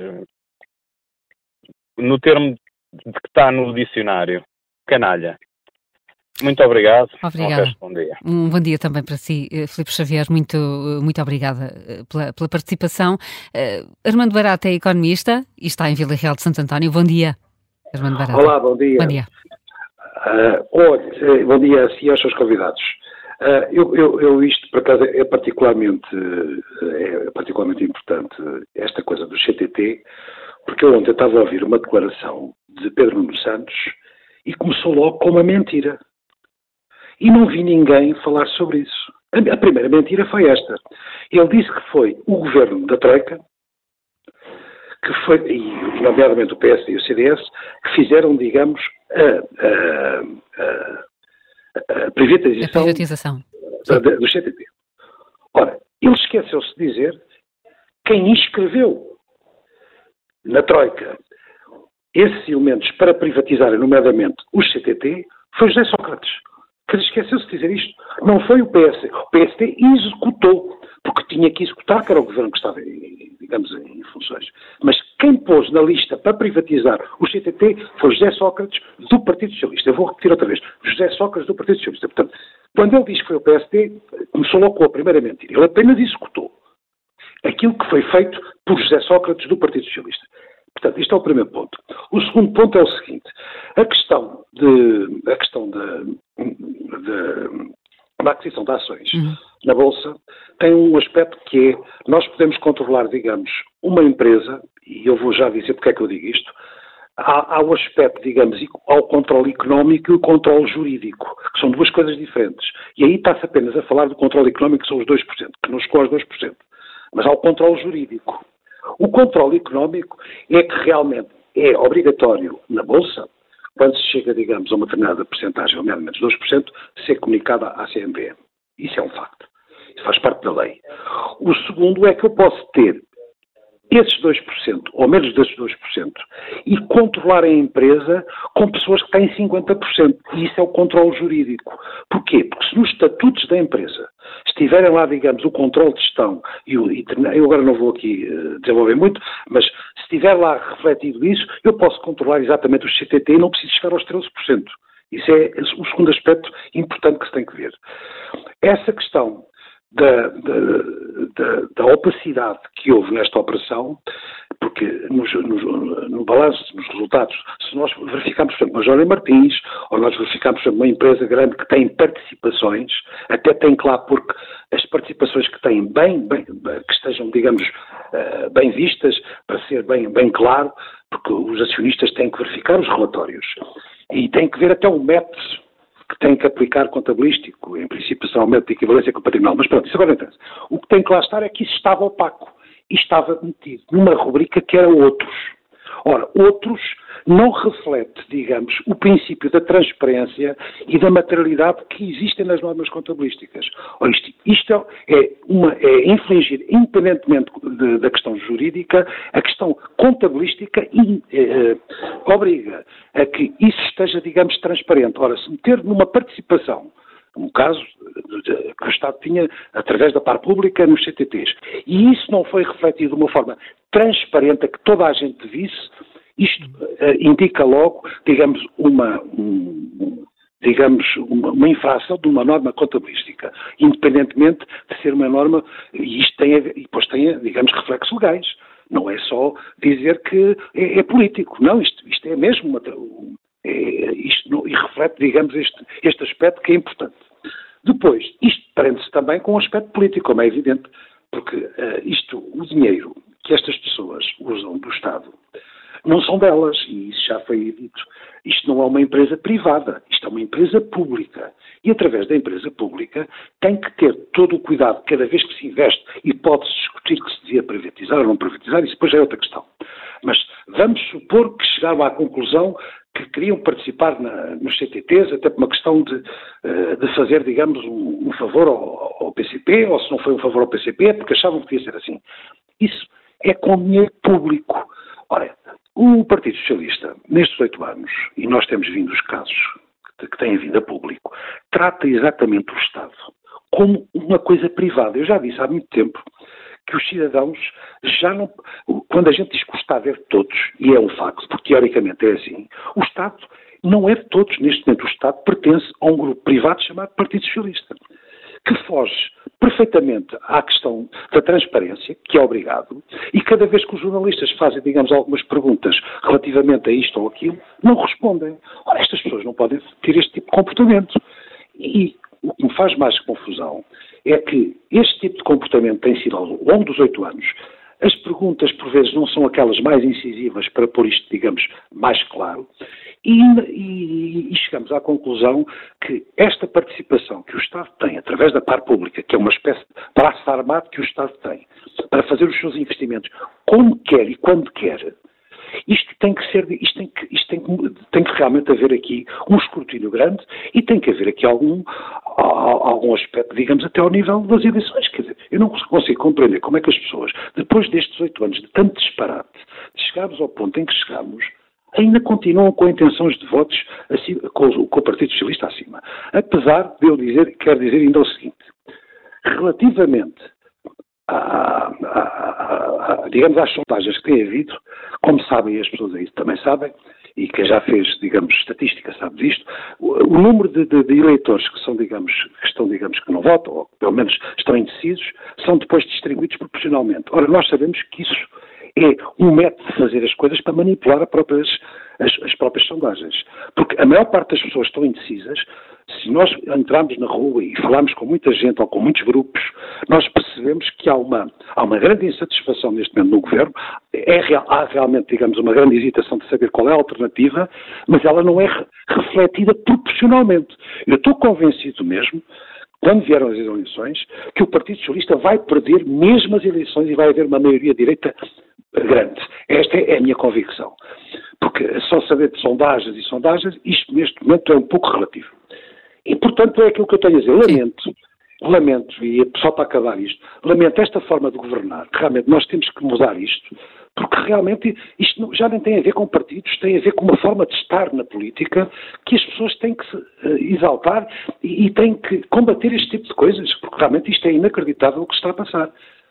no termo de que está no dicionário, canalha. Muito obrigado. Obrigada. Bom dia. Um bom dia também para si, Filipe Xavier. Muito obrigada pela participação. Armando Barata é economista e está em Vila Real de Santo António. Bom dia, Armando Barata. Olá, bom dia. Bom dia. Bom dia a si e aos seus convidados. Isto, por acaso, é particularmente importante, esta coisa do CTT, porque eu ontem estava a ouvir uma declaração de Pedro Nuno Santos e começou logo com uma mentira. E não vi ninguém falar sobre isso. A primeira mentira foi esta. Ele disse que foi o governo da Troika, que foi, e nomeadamente o PSD e o CDS, que fizeram, digamos, a privatização do CTT. Ora, ele esqueceu-se de dizer quem inscreveu na Troika esses elementos para privatizarem, nomeadamente o CTT, foi José Sócrates. Que esqueceu-se de dizer isto. Não foi o PSD. O PSD executou, porque tinha que executar, que era o governo que estava, digamos, em funções. Mas quem pôs na lista para privatizar o CTT foi José Sócrates, do Partido Socialista. Eu vou repetir outra vez. José Sócrates, do Partido Socialista. Portanto, quando ele diz que foi o PSD, começou logo com a primeira mentira. Ele apenas executou aquilo que foi feito por José Sócrates, do Partido Socialista. Portanto, isto é o primeiro ponto. O segundo ponto é o seguinte. A questão da aquisição de ações na Bolsa tem um aspecto que é, nós podemos controlar, digamos, uma empresa, e eu vou já dizer porque é que eu digo isto, há o aspecto, digamos, ao controle económico e o controle jurídico, que são duas coisas diferentes. E aí está-se apenas a falar do controle económico, que são os 2%, que não chegou aos 2%. Mas há o controle jurídico. O controle económico é que realmente é obrigatório na Bolsa, quando se chega, digamos, a uma determinada percentagem, ou menos 2%, ser comunicada à CMVM. Isso é um facto. Isso faz parte da lei. O segundo é que eu posso ter esses 2%, ou menos desses 2%, e controlar a empresa com pessoas que têm 50%. E isso é o controle jurídico. Porquê? Porque se nos estatutos da empresa estiverem lá, digamos, o controle de gestão, eu agora não vou aqui desenvolver muito, mas se estiver lá refletido isso, eu posso controlar exatamente os CTT e não preciso chegar aos 13%. Isso é o segundo aspecto importante que se tem que ver. Essa questão da opacidade que houve nesta operação, porque no balanço, nos resultados, se nós verificarmos, por exemplo, uma Jónia Martins, ou nós verificarmos, por exemplo, uma empresa grande que tem participações, até tem que lá, porque as participações que têm que estejam, digamos, bem vistas, para ser bem claro, porque os acionistas têm que verificar os relatórios e têm que ver até o método que tem que aplicar contabilístico, em princípio será o método de equivalência com o patrimonial, mas pronto, isso agora não interessa. O que tem que lá estar é que isso estava opaco e estava metido numa rubrica que era outros. Ora, outros não reflete, digamos, o princípio da transparência e da materialidade que existem nas normas contabilísticas. Ora, isto é infligir, independentemente da questão jurídica, a questão contabilística e obriga a que isso esteja, digamos, transparente. Ora, se meter numa participação, um caso que o Estado tinha através da par pública nos CTTs, e isso não foi refletido de uma forma transparente a que toda a gente visse, isto indica logo, digamos, uma infração de uma norma contabilística, independentemente de ser uma norma, e isto depois tem, digamos, reflexos legais. Não é só dizer que é político. Não, isto é mesmo e reflete, digamos, este aspecto que é importante. Depois, isto prende-se também com o aspecto político, como é evidente, porque o dinheiro que estas pessoas usam do Estado não são delas, e isso já foi dito. Isto não é uma empresa privada, isto é uma empresa pública. E através da empresa pública tem que ter todo o cuidado cada vez que se investe, e pode-se discutir que se devia privatizar ou não privatizar, isso depois já é outra questão. Mas vamos supor que chegaram à conclusão que queriam participar nos CTTs, até por uma questão de fazer, digamos, um favor ao PCP, ou se não foi um favor ao PCP, é porque achavam que devia ser assim. Isso é com dinheiro público. Ora, o Partido Socialista, nestes 8 anos, e nós temos vindo os casos que têm vindo a público, trata exatamente o Estado como uma coisa privada. Eu já disse há muito tempo que os cidadãos já não... Quando a gente diz que o Estado é de todos, e é um facto, porque teoricamente é assim, o Estado não é de todos. Neste momento o Estado pertence a um grupo privado chamado Partido Socialista, que foge perfeitamente à questão da transparência, que é obrigado, e cada vez que os jornalistas fazem, digamos, algumas perguntas relativamente a isto ou aquilo, não respondem. Ora, estas pessoas não podem ter este tipo de comportamento. E o que me faz mais confusão é que este tipo de comportamento tem sido, ao longo dos 8 anos, as perguntas por vezes não são aquelas mais incisivas para pôr isto, digamos, mais claro, e chegamos à conclusão que esta participação que o Estado tem através da par pública, que é uma espécie de braço armado que o Estado tem para fazer os seus investimentos como quer e quando quer, isto tem que realmente haver aqui um escrutínio grande, e tem que haver aqui algum aspecto, digamos, até ao nível das eleições. Quer dizer, eu não consigo compreender como é que as pessoas, depois destes 8 anos de tanto disparate, de chegarmos ao ponto em que chegamos, ainda continuam com intenções de votos acima, com o Partido Socialista acima. Apesar de eu dizer, quero dizer ainda o seguinte, relativamente digamos, às sondagens que tem havido, como sabem, as pessoas aí também sabem, e quem já fez, digamos, estatística sabe disto, o número de eleitores que são, digamos, que não votam, ou pelo menos estão indecisos, são depois distribuídos proporcionalmente. Ora, nós sabemos que isso é um método de fazer as coisas para manipular as próprias sondagens. Porque a maior parte das pessoas estão indecisas. Se nós entrarmos na rua e falarmos com muita gente ou com muitos grupos, nós percebemos que há uma grande insatisfação neste momento no governo. Há realmente, digamos, uma grande hesitação de saber qual é a alternativa, mas ela não é refletida proporcionalmente. Eu estou convencido mesmo, quando vieram as eleições, que o Partido Socialista vai perder mesmo as eleições e vai haver uma maioria direita grande. Esta é a minha convicção. Porque só saber de sondagens, isto neste momento é um pouco relativo. E, portanto, é aquilo que eu tenho a dizer. Lamento, e só para acabar isto, lamento esta forma de governar. Realmente nós temos que mudar isto, porque realmente isto já nem tem a ver com partidos, tem a ver com uma forma de estar na política que as pessoas têm que se exaltar e têm que combater este tipo de coisas, porque realmente isto é inacreditável o que está a passar.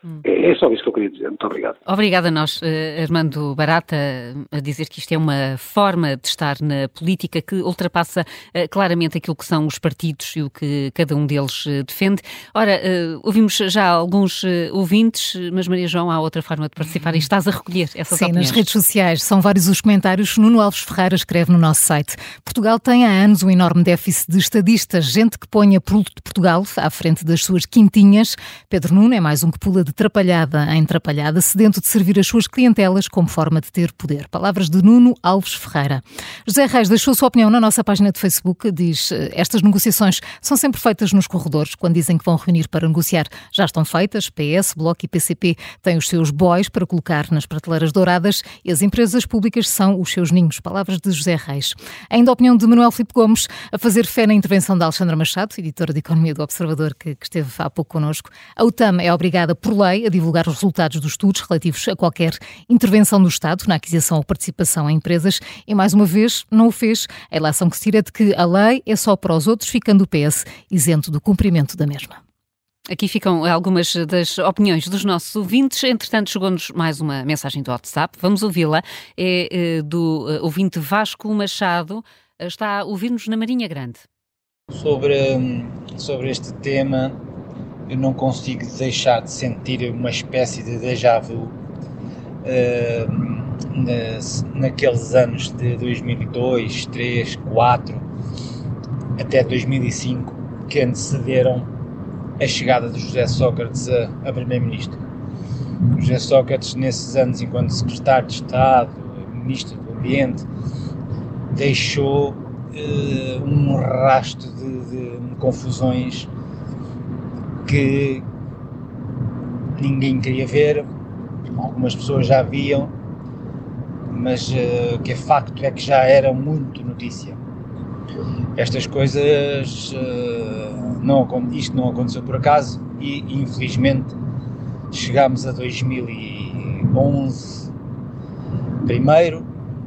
É só isso que eu queria dizer. Muito obrigado. Obrigada a nós, Armando Barata, a dizer que isto é uma forma de estar na política que ultrapassa claramente aquilo que são os partidos e o que cada um deles defende. Ora, ouvimos já alguns ouvintes, mas Maria João, há outra forma de participar e estás a recolher essas opiniões. Sim, nas redes sociais são vários os comentários. Nuno Alves Ferreira escreve no nosso site: Portugal tem há anos um enorme déficit de estadistas, gente que põe a produto de Portugal à frente das suas quintinhas. Pedro Nuno é mais um que pula de trapalhada em trapalhada, sedento de servir as suas clientelas como forma de ter poder. Palavras de Nuno Alves Ferreira. José Reis deixou a sua opinião na nossa página de Facebook. Diz: estas negociações são sempre feitas nos corredores. Quando dizem que vão reunir para negociar, já estão feitas. PS, Bloco e PCP têm os seus bois para colocar nas prateleiras douradas e as empresas públicas são os seus ninhos. Palavras de José Reis. Ainda a opinião de Manuel Filipe Gomes, a fazer fé na intervenção de Alexandra Machado, editora de Economia do Observador, que esteve há pouco connosco. A UTAM é obrigada por lei a divulgar os resultados dos estudos relativos a qualquer intervenção do Estado na aquisição ou participação em empresas e, mais uma vez, não o fez. A ilação que se tira de que a lei é só para os outros, ficando o PS isento do cumprimento da mesma. Aqui ficam algumas das opiniões dos nossos ouvintes. Entretanto, chegou-nos mais uma mensagem do WhatsApp. Vamos ouvi-la. É do ouvinte Vasco Machado. Está a ouvir-nos na Marinha Grande. Sobre este tema, eu não consigo deixar de sentir uma espécie de déjà vu naqueles anos de 2002, 2003, 2004 até 2005 que antecederam a chegada de José Sócrates a Primeiro-Ministro. José Sócrates, nesses anos, enquanto Secretário de Estado, Ministro do Ambiente, deixou um rastro de confusões que ninguém queria ver, algumas pessoas já viam, mas o que é facto é que já era muito notícia. Estas coisas, isto não aconteceu por acaso e infelizmente chegámos a 2011 primeiro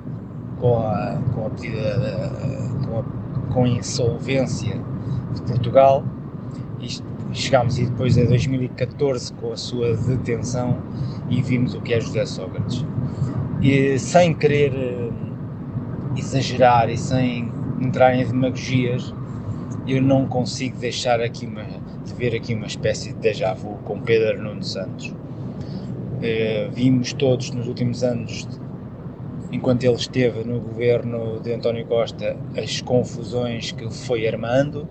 com a insolvência de Portugal. Chegámos e depois a 2014 com a sua detenção e vimos o que é José Sócrates. E sem querer exagerar e sem entrar em demagogias, eu não consigo deixar de ver aqui uma espécie de déjà vu com Pedro Nuno Santos. Vimos todos nos últimos anos, enquanto ele esteve no governo de António Costa, as confusões que foi armando.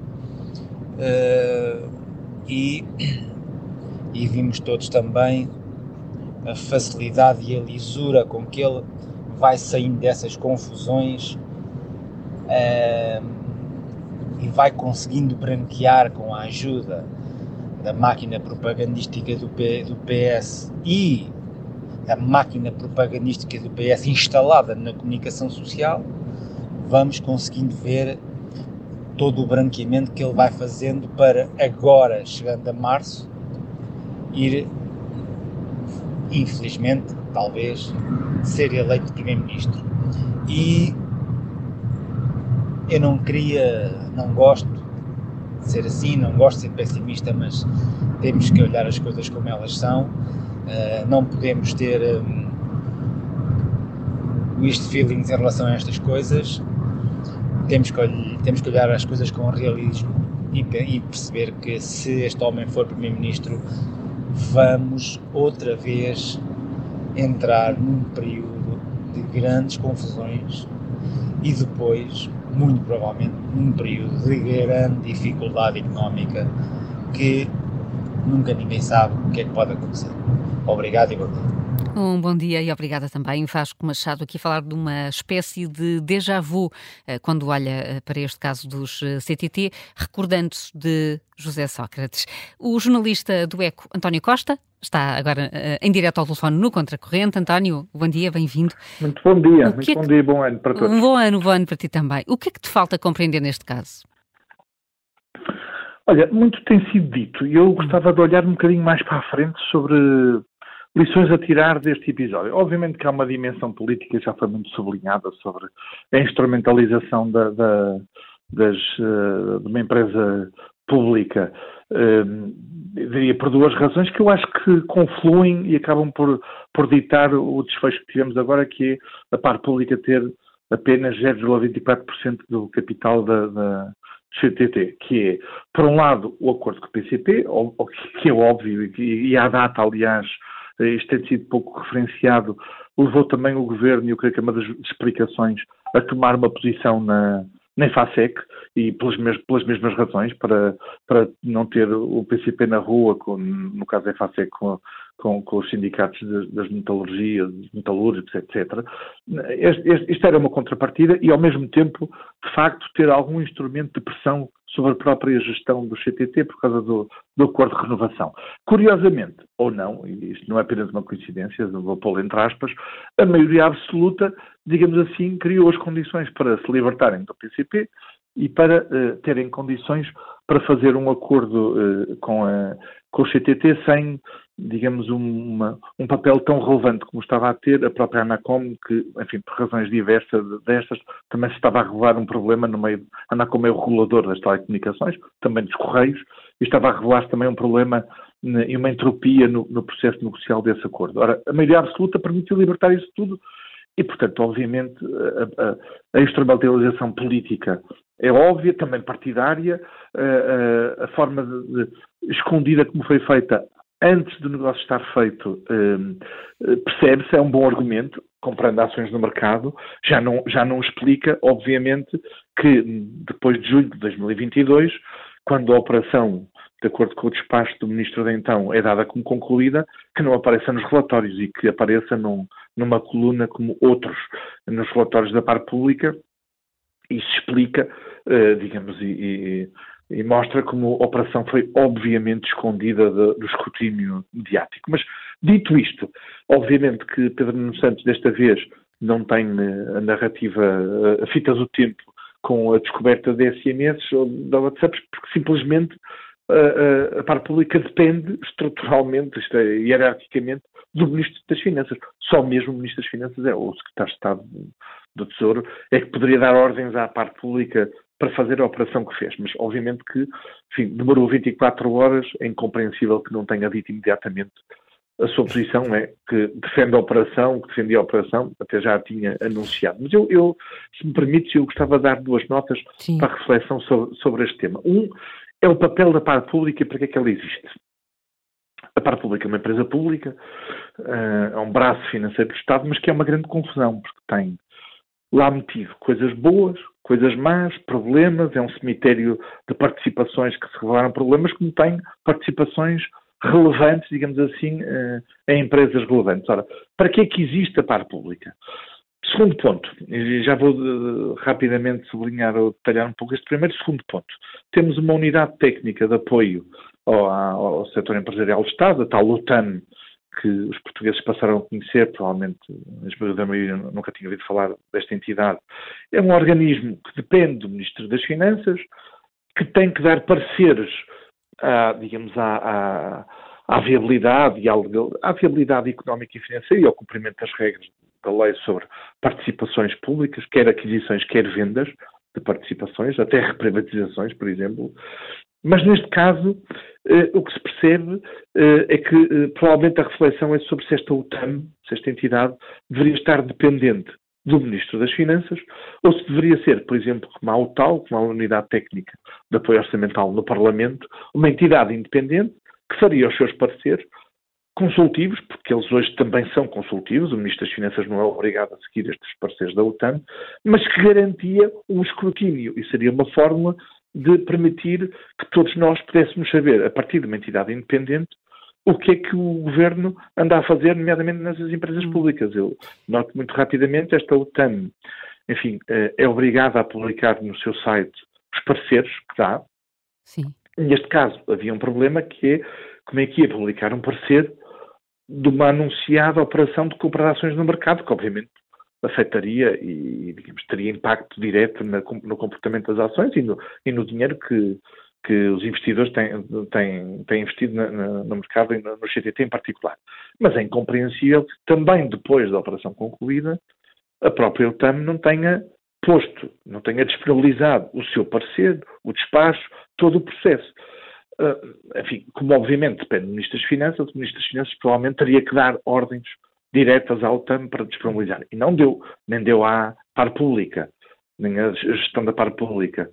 E vimos todos também a facilidade e a lisura com que ele vai saindo dessas confusões e vai conseguindo branquear com a ajuda da máquina propagandística do PS e da máquina propagandística do PS instalada na comunicação social. Vamos conseguindo ver todo o branqueamento que ele vai fazendo para agora, chegando a março, ir infelizmente, talvez, ser eleito Primeiro-Ministro. E eu não gosto de ser assim, não gosto de ser pessimista, mas temos que olhar as coisas como elas são. Não podemos ter mixed feelings em relação a estas coisas. Temos que olhar as coisas com realismo e perceber que se este homem for Primeiro-Ministro, vamos outra vez entrar num período de grandes confusões e depois, muito provavelmente, num período de grande dificuldade económica que nunca ninguém sabe o que é que pode acontecer. Obrigado e bom dia. Um bom dia e obrigada também, Vasco Machado, aqui a falar de uma espécie de déjà vu, quando olha para este caso dos CTT, recordando-se de José Sócrates. O jornalista do ECO, António Costa, está agora em direto ao telefone no Contracorrente. António, bom dia, bem-vindo. Muito bom dia, bom dia e bom ano para todos. Um bom ano para ti também. O que é que te falta compreender neste caso? Olha, muito tem sido dito e eu gostava de olhar um bocadinho mais para a frente sobre lições a tirar deste episódio. Obviamente que há uma dimensão política, já foi muito sublinhada, sobre a instrumentalização de uma empresa pública, diria por duas razões que eu acho que confluem e acabam por ditar o desfecho que tivemos agora, que é a par pública ter apenas 0,24% do capital da CTT, que é, por um lado, o acordo com o PCP, que é óbvio, e à data, aliás, isto tem sido pouco referenciado, levou também o Governo, e eu creio que é uma das explicações, a tomar uma posição na EFASEC, e pelas mesmas razões, para não ter o PCP na rua, no caso da EFASEC, com os sindicatos das metalurgias, dos metalúrgicos, etc. Isto era uma contrapartida e, ao mesmo tempo, de facto, ter algum instrumento de pressão sobre a própria gestão do CTT por causa do acordo de renovação. Curiosamente, ou não, e isto não é apenas uma coincidência, vou pô-lo entre aspas, a maioria absoluta, digamos assim, criou as condições para se libertarem do PCP e para terem condições para fazer um acordo com o CTT sem, digamos, um papel tão relevante como estava a ter a própria Anacom, que, enfim, por razões diversas destas, também se estava a revelar um problema no meio. A Anacom é o regulador das telecomunicações, também dos Correios, e estava a revelar-se também um problema e uma entropia no processo negocial desse acordo. Ora, a maioria absoluta permitiu libertar isso tudo e, portanto, obviamente, a instrumentalização política é óbvia, também partidária, a forma escondida como foi feita antes do negócio estar feito, percebe-se, é um bom argumento, comprando ações no mercado, já não explica, obviamente, que depois de julho de 2022, quando a operação, de acordo com o despacho do Ministro de então, é dada como concluída, que não apareça nos relatórios e que apareça numa coluna como outros nos relatórios da parte pública. Isso explica, digamos, e mostra como a operação foi obviamente escondida do escrutínio mediático. Mas, dito isto, obviamente que Pedro Nuno Santos desta vez não tem a narrativa, a fita do tempo com a descoberta de SMS ou da WhatsApp, porque simplesmente a parte pública depende estruturalmente, isto é, hierarquicamente, do Ministro das Finanças. Só mesmo o Ministro das Finanças, ou o Secretário de Estado do Tesouro, é que poderia dar ordens à parte pública para fazer a operação que fez. Mas, obviamente que, enfim, demorou 24 horas, é incompreensível que não tenha dito imediatamente a sua posição, é que defende a operação, que defendia a operação, até já a tinha anunciado. Mas eu se me permite, eu gostava de dar duas notas Sim. para a reflexão sobre este tema. Um é o papel da parte pública e para que é que ela existe. A parte pública é uma empresa pública, é um braço financeiro do Estado, mas que é uma grande confusão, porque tem lá metido coisas boas, coisas más, problemas, é um cemitério de participações que se revelaram problemas, como tem participações relevantes, digamos assim, em empresas relevantes. Ora, para que é que existe a parte pública? Segundo ponto, e já vou rapidamente sublinhar ou detalhar um pouco este primeiro. Segundo ponto, temos uma unidade técnica de apoio ao setor empresarial do Estado, a tal UTAN, que os portugueses passaram a conhecer, provavelmente a esmagadora da maioria nunca tinha ouvido falar desta entidade. É um organismo que depende do Ministro das Finanças, que tem que dar pareceres à viabilidade e à viabilidade económica e financeira e ao cumprimento das regras da lei sobre participações públicas, quer aquisições, quer vendas de participações, até reprivatizações, por exemplo. Mas neste caso, o que se percebe é que provavelmente a reflexão é sobre se esta UTAM, se esta entidade, deveria estar dependente do Ministro das Finanças, ou se deveria ser, por exemplo, como a UTAL, como a Unidade Técnica de Apoio Orçamental no Parlamento, uma entidade independente que faria os seus pareceres consultivos, porque eles hoje também são consultivos, o Ministro das Finanças não é obrigado a seguir estes pareceres da UTAM, mas que garantia um escrutínio, e seria uma fórmula de permitir que todos nós pudéssemos saber, a partir de uma entidade independente, o que é que o Governo anda a fazer, nomeadamente nessas empresas públicas. Eu noto muito rapidamente, esta UTAM, enfim, é obrigada a publicar no seu site os pareceres que dá. Sim. Neste caso, havia um problema que é como é que ia publicar um parecer de uma anunciada operação de comprar ações no mercado, que obviamente afetaria e digamos, teria impacto direto no comportamento das ações e no dinheiro que os investidores têm investido no mercado e no CTT em particular. Mas é incompreensível que também depois da operação concluída, a própria UTAM não tenha disponibilizado o seu parecer, o despacho, todo o processo. Enfim, como obviamente depende do Ministro das Finanças, o Ministro das Finanças provavelmente teria que dar ordens diretas à UTAM para disponibilizar. E não deu, nem deu à Par Pública, nem a gestão da Par Pública,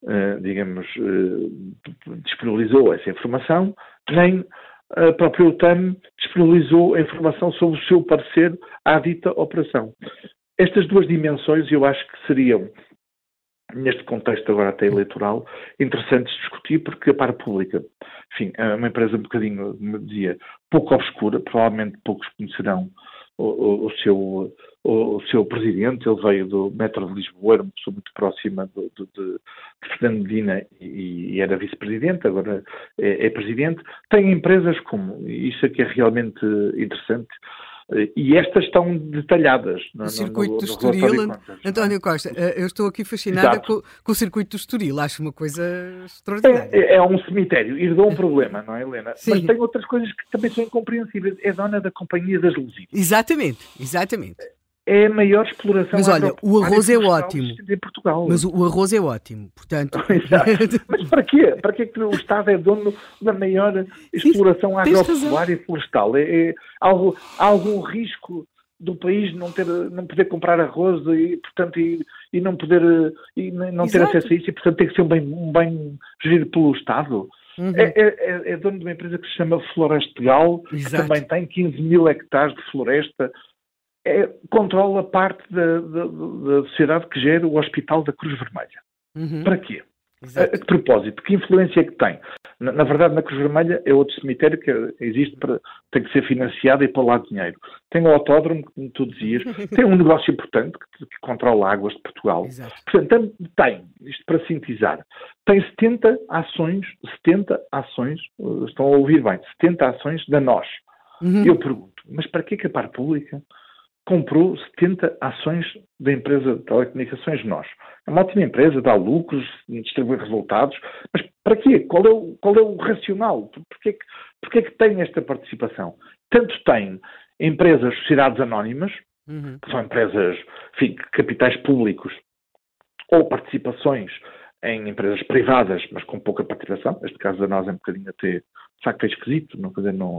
disponibilizou essa informação, nem a própria UTAM disponibilizou a informação sobre o seu parecer à dita operação. Estas duas dimensões eu acho que seriam, neste contexto agora até eleitoral, interessantes discutir, porque a Par Pública, enfim, é uma empresa um bocadinho, como eu dizia, pouco obscura, provavelmente poucos conhecerão o seu presidente. Ele veio do Metro de Lisboa, era uma pessoa muito próxima de Fernando Medina e era vice-presidente, agora é presidente. Tem empresas como, isso aqui é realmente interessante, e estas estão detalhadas. O circuito do Estoril, António Costa, eu estou aqui fascinada com o circuito do Estoril, acho uma coisa extraordinária. É um cemitério, herdou um problema, não é, Helena? Sim. Mas tem outras coisas que também são incompreensíveis. É dona da Companhia das Lusíadas. Exatamente. É a maior exploração. Mas olha, o arroz é ótimo. Em Portugal. Mas o arroz é ótimo, portanto... Mas para quê? Para que é que o Estado é dono da maior exploração agropecuária e florestal? Há algum risco do país não poder comprar arroz e portanto, e não poder ter acesso a isso, e portanto tem que ser um bem gerido pelo Estado? Uhum. É dono de uma empresa que se chama Florestegal, que também tem 15 mil hectares de floresta. Controla parte da sociedade que gera o Hospital da Cruz Vermelha. Uhum. Para quê? A que propósito? Que influência é que tem? Na verdade, na Cruz Vermelha é outro cemitério que existe, tem que ser financiado e pôr lá dinheiro. Tem o autódromo, como tu dizias, tem um negócio importante que controla águas de Portugal. Exato. Portanto, isto para sintetizar, tem 70 ações, estão a ouvir bem, 70 ações da NOS. Uhum. Eu pergunto, mas para que a Par Pública comprou 70 ações da empresa de telecomunicações NOS? É uma ótima empresa, dá lucros, distribui resultados, mas para quê? Qual é o racional? Porquê que tem esta participação? Tanto tem empresas, sociedades anónimas, que são empresas, enfim, capitais públicos, ou participações em empresas privadas, mas com pouca participação. Neste caso da NOS é um bocadinho até, de facto, é esquisito, não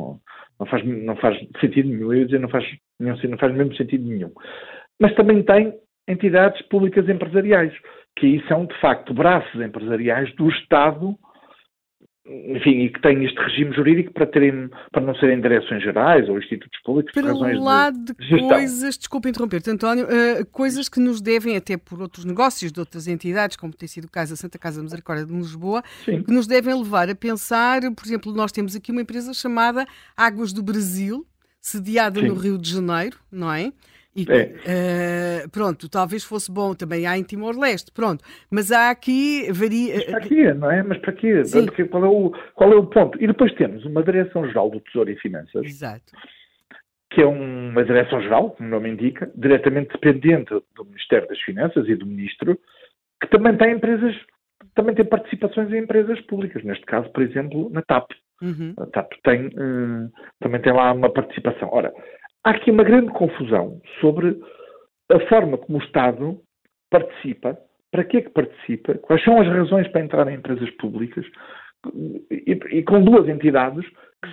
faz sentido nenhum. Eu ia dizer, não faz mesmo sentido nenhum. Mas também tem entidades públicas empresariais, que aí são, de facto, braços empresariais do Estado, enfim, e que têm este regime jurídico para não serem direções gerais ou institutos públicos por razões de gestão. Coisas, desculpa interromper-te, António, coisas que nos devem, até por outros negócios de outras entidades, como tem sido o caso da Santa Casa da Misericórdia de Lisboa, sim, que nos devem levar a pensar, por exemplo, nós temos aqui uma empresa chamada Águas do Brasil, sediada sim, no Rio de Janeiro, não é? E, pronto, talvez fosse bom também há em Timor-Leste, pronto, mas há aqui Mas para quê, não é? Mas para quê? Porque qual é o ponto? E depois temos uma Direção-Geral do Tesouro e Finanças, exato, que é uma Direção-Geral, como o nome indica, diretamente dependente do Ministério das Finanças e do Ministro, que também tem participações em empresas públicas, neste caso, por exemplo, na TAP. A TAP também tem lá uma participação. Ora, há aqui uma grande confusão sobre a forma como o Estado participa, para que é que participa, quais são as razões para entrar em empresas públicas, e com duas entidades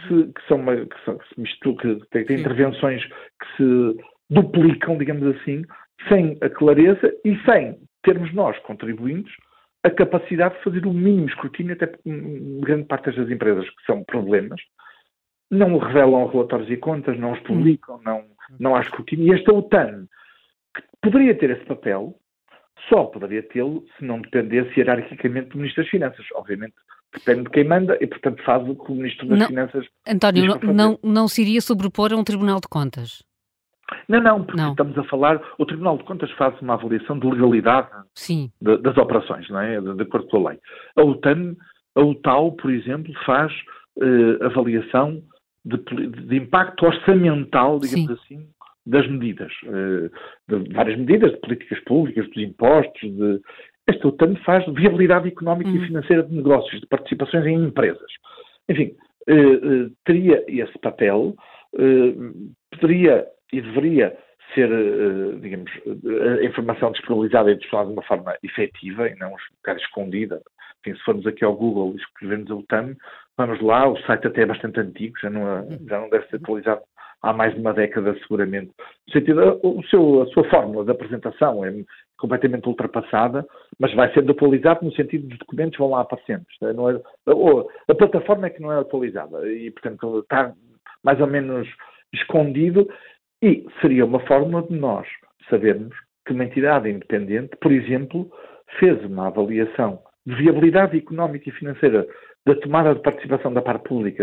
que têm intervenções que se duplicam, digamos assim, sem a clareza e sem termos nós, contribuintes, a capacidade de fazer o mínimo escrutínio, até porque grande parte das empresas que são problemas não revelam relatórios e contas, não os publicam, não há escrutínio. E esta OTAN, que poderia ter esse papel, só poderia tê-lo se não dependesse hierarquicamente do Ministro das Finanças. Obviamente depende de quem manda e, portanto, faz o que o Ministro das Finanças... António, não se iria sobrepor a um Tribunal de Contas? Não, porque estamos a falar... O Tribunal de Contas faz uma avaliação de legalidade das operações, não é? De acordo com a lei. A OTAN, a OTAN, por exemplo, faz avaliação de impacto orçamental, digamos assim, das medidas. De várias medidas, de políticas públicas, dos impostos, Esta OTAN faz viabilidade económica e financeira de negócios, de participações em empresas. Enfim, teria esse papel, poderia e deveria ser, digamos, a informação disponibilizada e disponibilizada de uma forma efetiva e não ficar escondida. Enfim, se formos aqui ao Google e escrevermos a OTAN, vamos lá, o site até é bastante antigo, já não deve ser atualizado há mais de uma década, seguramente. No sentido, a sua fórmula de apresentação é completamente ultrapassada, mas vai sendo atualizado no sentido dos documentos vão lá aparecendo. Não é, a plataforma é que não é atualizada e, portanto, está mais ou menos escondido e seria uma forma de nós sabermos que uma entidade independente, por exemplo, fez uma avaliação de viabilidade económica e financeira da tomada de participação da parte pública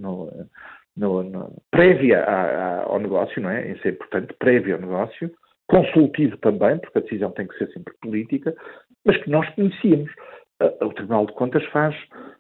prévia ao negócio, não é? Isso é importante, prévia ao negócio, consultivo também, porque a decisão tem que ser sempre política, mas que nós conhecíamos. O Tribunal de Contas faz,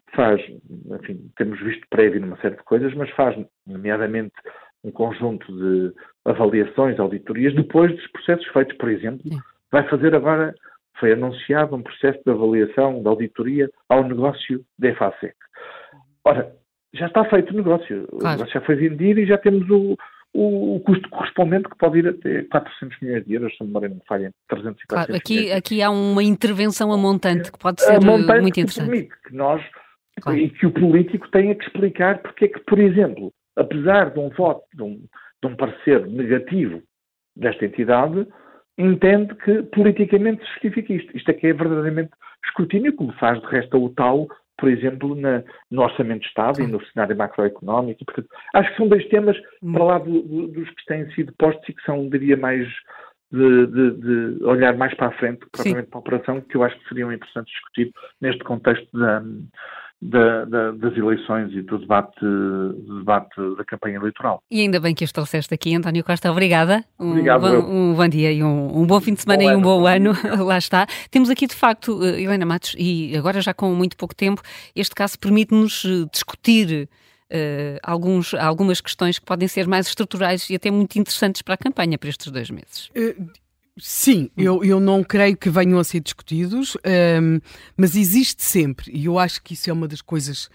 enfim, temos visto prévio numa série de coisas, mas faz, nomeadamente, um conjunto de avaliações, auditorias, depois dos processos feitos, por exemplo, vai fazer agora, foi anunciado um processo de avaliação, de auditoria ao negócio da EFASEC. Ora, já está feito o negócio. O negócio já foi vendido e já temos o custo correspondente, que pode ir até 400 milhões de euros, se a memória não falha, 300 e 400 milhões. Aqui há uma intervenção a montante que pode ser muito interessante. Permite que nós, e que o político tenha que explicar porque é que, por exemplo, apesar de um voto, de um parecer negativo desta entidade, entende que politicamente se justifica isto. Isto é que é verdadeiramente escrutínio, como faz de resto a OTAN, por exemplo, no Orçamento de Estado e no cenário macroeconómico. Portanto, acho que são dois temas, para lá dos que têm sido postos e que são, diria, mais de olhar mais para a frente, propriamente para a operação, que eu acho que seriam interessantes discutir neste contexto das eleições e do debate da campanha eleitoral. E ainda bem que os trouxeste aqui, António Costa, obrigada. Obrigado. Um bom dia e um bom fim de semana e um bom ano. Lá está. Temos aqui, de facto, Helena Matos, e agora já com muito pouco tempo, este caso permite-nos discutir algumas questões que podem ser mais estruturais e até muito interessantes para a campanha para estes 2 meses. Sim, eu não creio que venham a ser discutidos, mas existe sempre, e eu acho que isso é uma das coisas,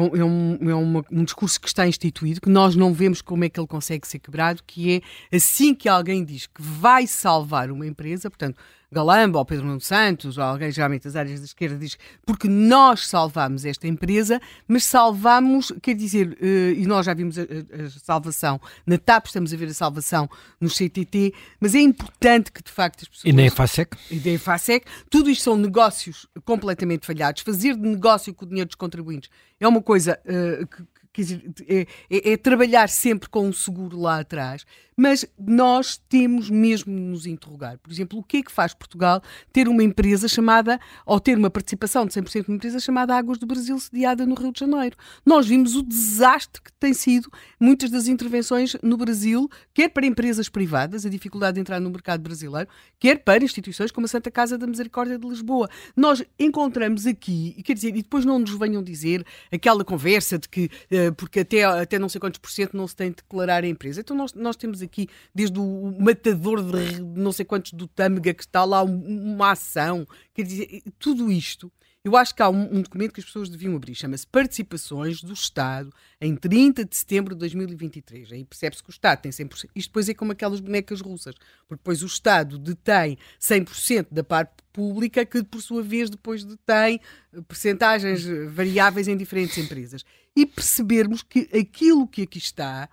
um discurso que está instituído, que nós não vemos como é que ele consegue ser quebrado, que é assim que alguém diz que vai salvar uma empresa, portanto, Galamba ou Pedro Nuno Santos ou alguém geralmente das áreas da esquerda diz porque nós salvamos esta empresa, mas salvamos, quer dizer, e nós já vimos a salvação na TAP, estamos a ver a salvação no CTT, mas é importante que de facto as pessoas... E na EFASEC? E na EFASEC, tudo isto são negócios completamente falhados. Fazer de negócio com o dinheiro dos contribuintes é uma coisa quer dizer, é trabalhar sempre com um seguro lá atrás, mas nós temos mesmo de nos interrogar. Por exemplo, o que é que faz Portugal ter uma empresa chamada, ou ter uma participação de 100% numa empresa chamada Águas do Brasil, sediada no Rio de Janeiro? Nós vimos o desastre que tem sido muitas das intervenções no Brasil, quer para empresas privadas, a dificuldade de entrar no mercado brasileiro, quer para instituições como a Santa Casa da Misericórdia de Lisboa. Nós encontramos aqui, quer dizer, e depois não nos venham dizer aquela conversa de que porque até não sei quantos por cento não se tem de declarar a empresa. Então nós temos aqui, desde o matador de não sei quantos do Tâmega, que está lá uma ação, quer dizer, tudo isto Eu acho que há um documento que as pessoas deviam abrir, chama-se Participações do Estado em 30 de setembro de 2023. Aí percebe-se que o Estado tem 100%. Isto depois é como aquelas bonecas russas, porque depois o Estado detém 100% da parte pública, que por sua vez depois detém percentagens variáveis em diferentes empresas. E percebermos que aquilo que aqui está,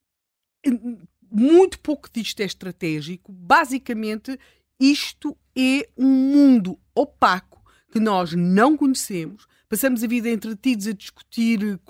muito pouco disto é estratégico. Basicamente, isto é um mundo opaco que nós não conhecemos, passamos a vida entretidos a discutir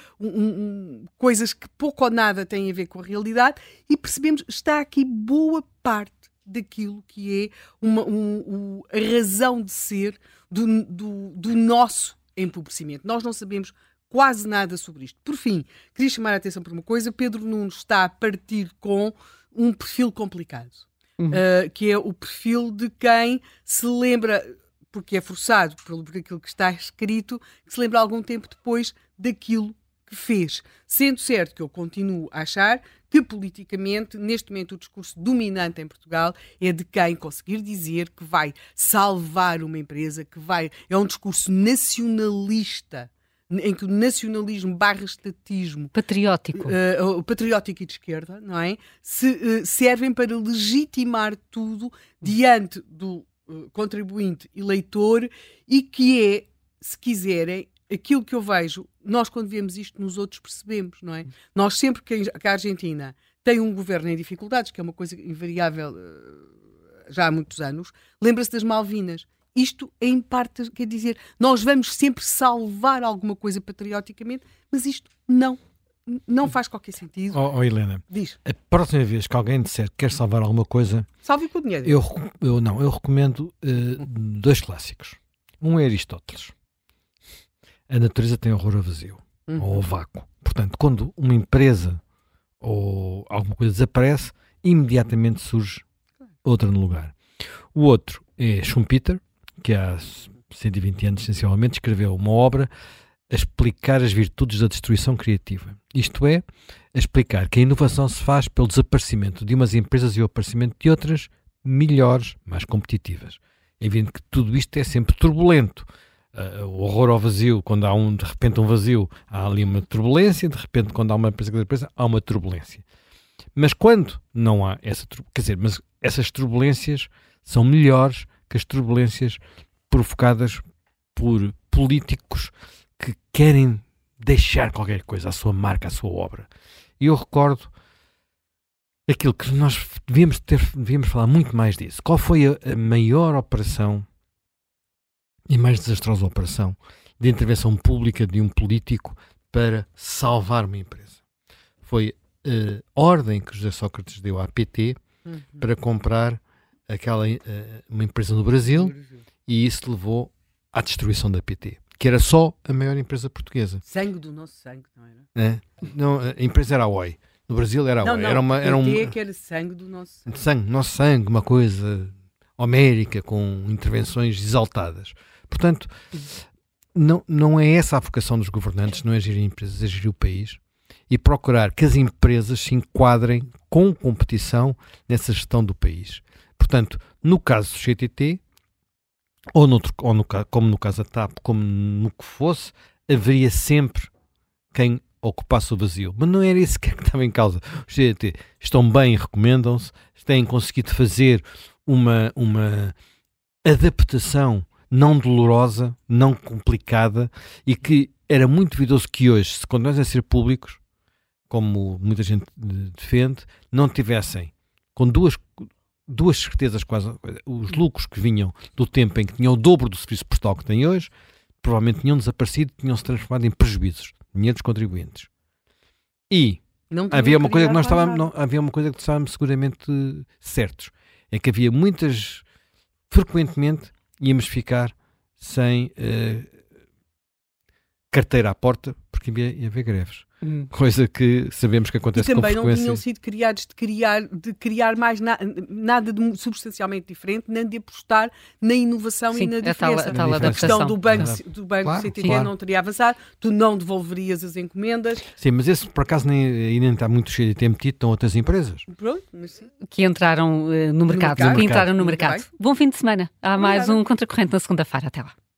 coisas que pouco ou nada têm a ver com a realidade e percebemos que está aqui boa parte daquilo que é a razão de ser do nosso empobrecimento. Nós não sabemos quase nada sobre isto. Por fim, queria chamar a atenção para uma coisa: Pedro Nuno está a partir com um perfil complicado, que é o perfil de quem se lembra, porque é forçado por aquilo que está escrito, que se lembra algum tempo depois daquilo que fez. Sendo certo que eu continuo a achar que politicamente, neste momento, o discurso dominante em Portugal é de quem conseguir dizer que vai salvar uma empresa, é um discurso nacionalista, em que o nacionalismo / estatismo patriótico patriótico e de esquerda, não é? Servem para legitimar tudo diante do contribuinte eleitor, e que é, se quiserem, aquilo que eu vejo, nós quando vemos isto nos outros percebemos, não é? Nós sempre que a Argentina tem um governo em dificuldades, que é uma coisa invariável já há muitos anos, lembra-se das Malvinas. Isto em parte quer dizer, nós vamos sempre salvar alguma coisa patrioticamente, mas isto não faz qualquer sentido. Helena, diz. A próxima vez que alguém disser que quer salvar alguma coisa, salve com o dinheiro. Eu recomendo 2 clássicos. Um é Aristóteles. A natureza tem horror a vazio, ou ao vácuo. Portanto, quando uma empresa ou alguma coisa desaparece, imediatamente surge outra no lugar. O outro é Schumpeter, que há 120 anos, essencialmente, escreveu uma obra a explicar as virtudes da destruição criativa. Isto é, a explicar que a inovação se faz pelo desaparecimento de umas empresas e o aparecimento de outras melhores, mais competitivas. É evidente que tudo isto é sempre turbulento. O horror ao vazio, quando há de repente um vazio, há ali uma turbulência, de repente quando há uma empresa que desaparece, há uma turbulência. Mas quando não há essa turbulência, quer dizer, mas essas turbulências são melhores que as turbulências provocadas por políticos que querem deixar qualquer coisa, a sua marca, a sua obra. E eu recordo aquilo que nós devíamos falar muito mais disso. Qual foi a maior operação e mais desastrosa operação de intervenção pública de um político para salvar uma empresa? Foi a ordem que José Sócrates deu à PT para comprar uma empresa no Brasil, e isso levou à destruição da PT, que era só a maior empresa portuguesa. Sangue do nosso sangue, não era? Não, a empresa era a Oi. No Brasil era a Oi. PT que era sangue do nosso sangue. Nosso sangue, uma coisa homérica, com intervenções exaltadas. Portanto, não é essa a vocação dos governantes, não é gerir empresas, é gerir o país e procurar que as empresas se enquadrem com competição nessa gestão do país. Portanto, no caso do CTT, como no caso da TAP, como no que fosse, haveria sempre quem ocupasse o vazio. Mas não era isso que estava em causa. Os CTT estão bem, recomendam-se, têm conseguido fazer uma adaptação não dolorosa, não complicada, e que era muito duvidoso que hoje, se continuassem a ser públicos, como muita gente defende, não tivessem com duas certezas quase, os lucros que vinham do tempo em que tinham o dobro do serviço postal que têm hoje, provavelmente tinham desaparecido, tinham se transformado em prejuízos, dinheiro dos contribuintes. E havia uma coisa que estávamos seguramente certos, é que havia frequentemente íamos ficar sem carteira à porta, porque ia haver greves. Coisa que sabemos que acontece com frequência. E também não tinham sido criados de criar mais nada de substancialmente diferente, nem de apostar na inovação e na diferença. A questão do banco CTT não teria avançado, tu não devolverias as encomendas. Sim, mas esse por acaso nem está muito cheio de tempo metido, estão outras empresas. Pronto, mas sim. Que entraram no mercado. Bom fim de semana. Há mais um Contracorrente na segunda-feira. Até lá.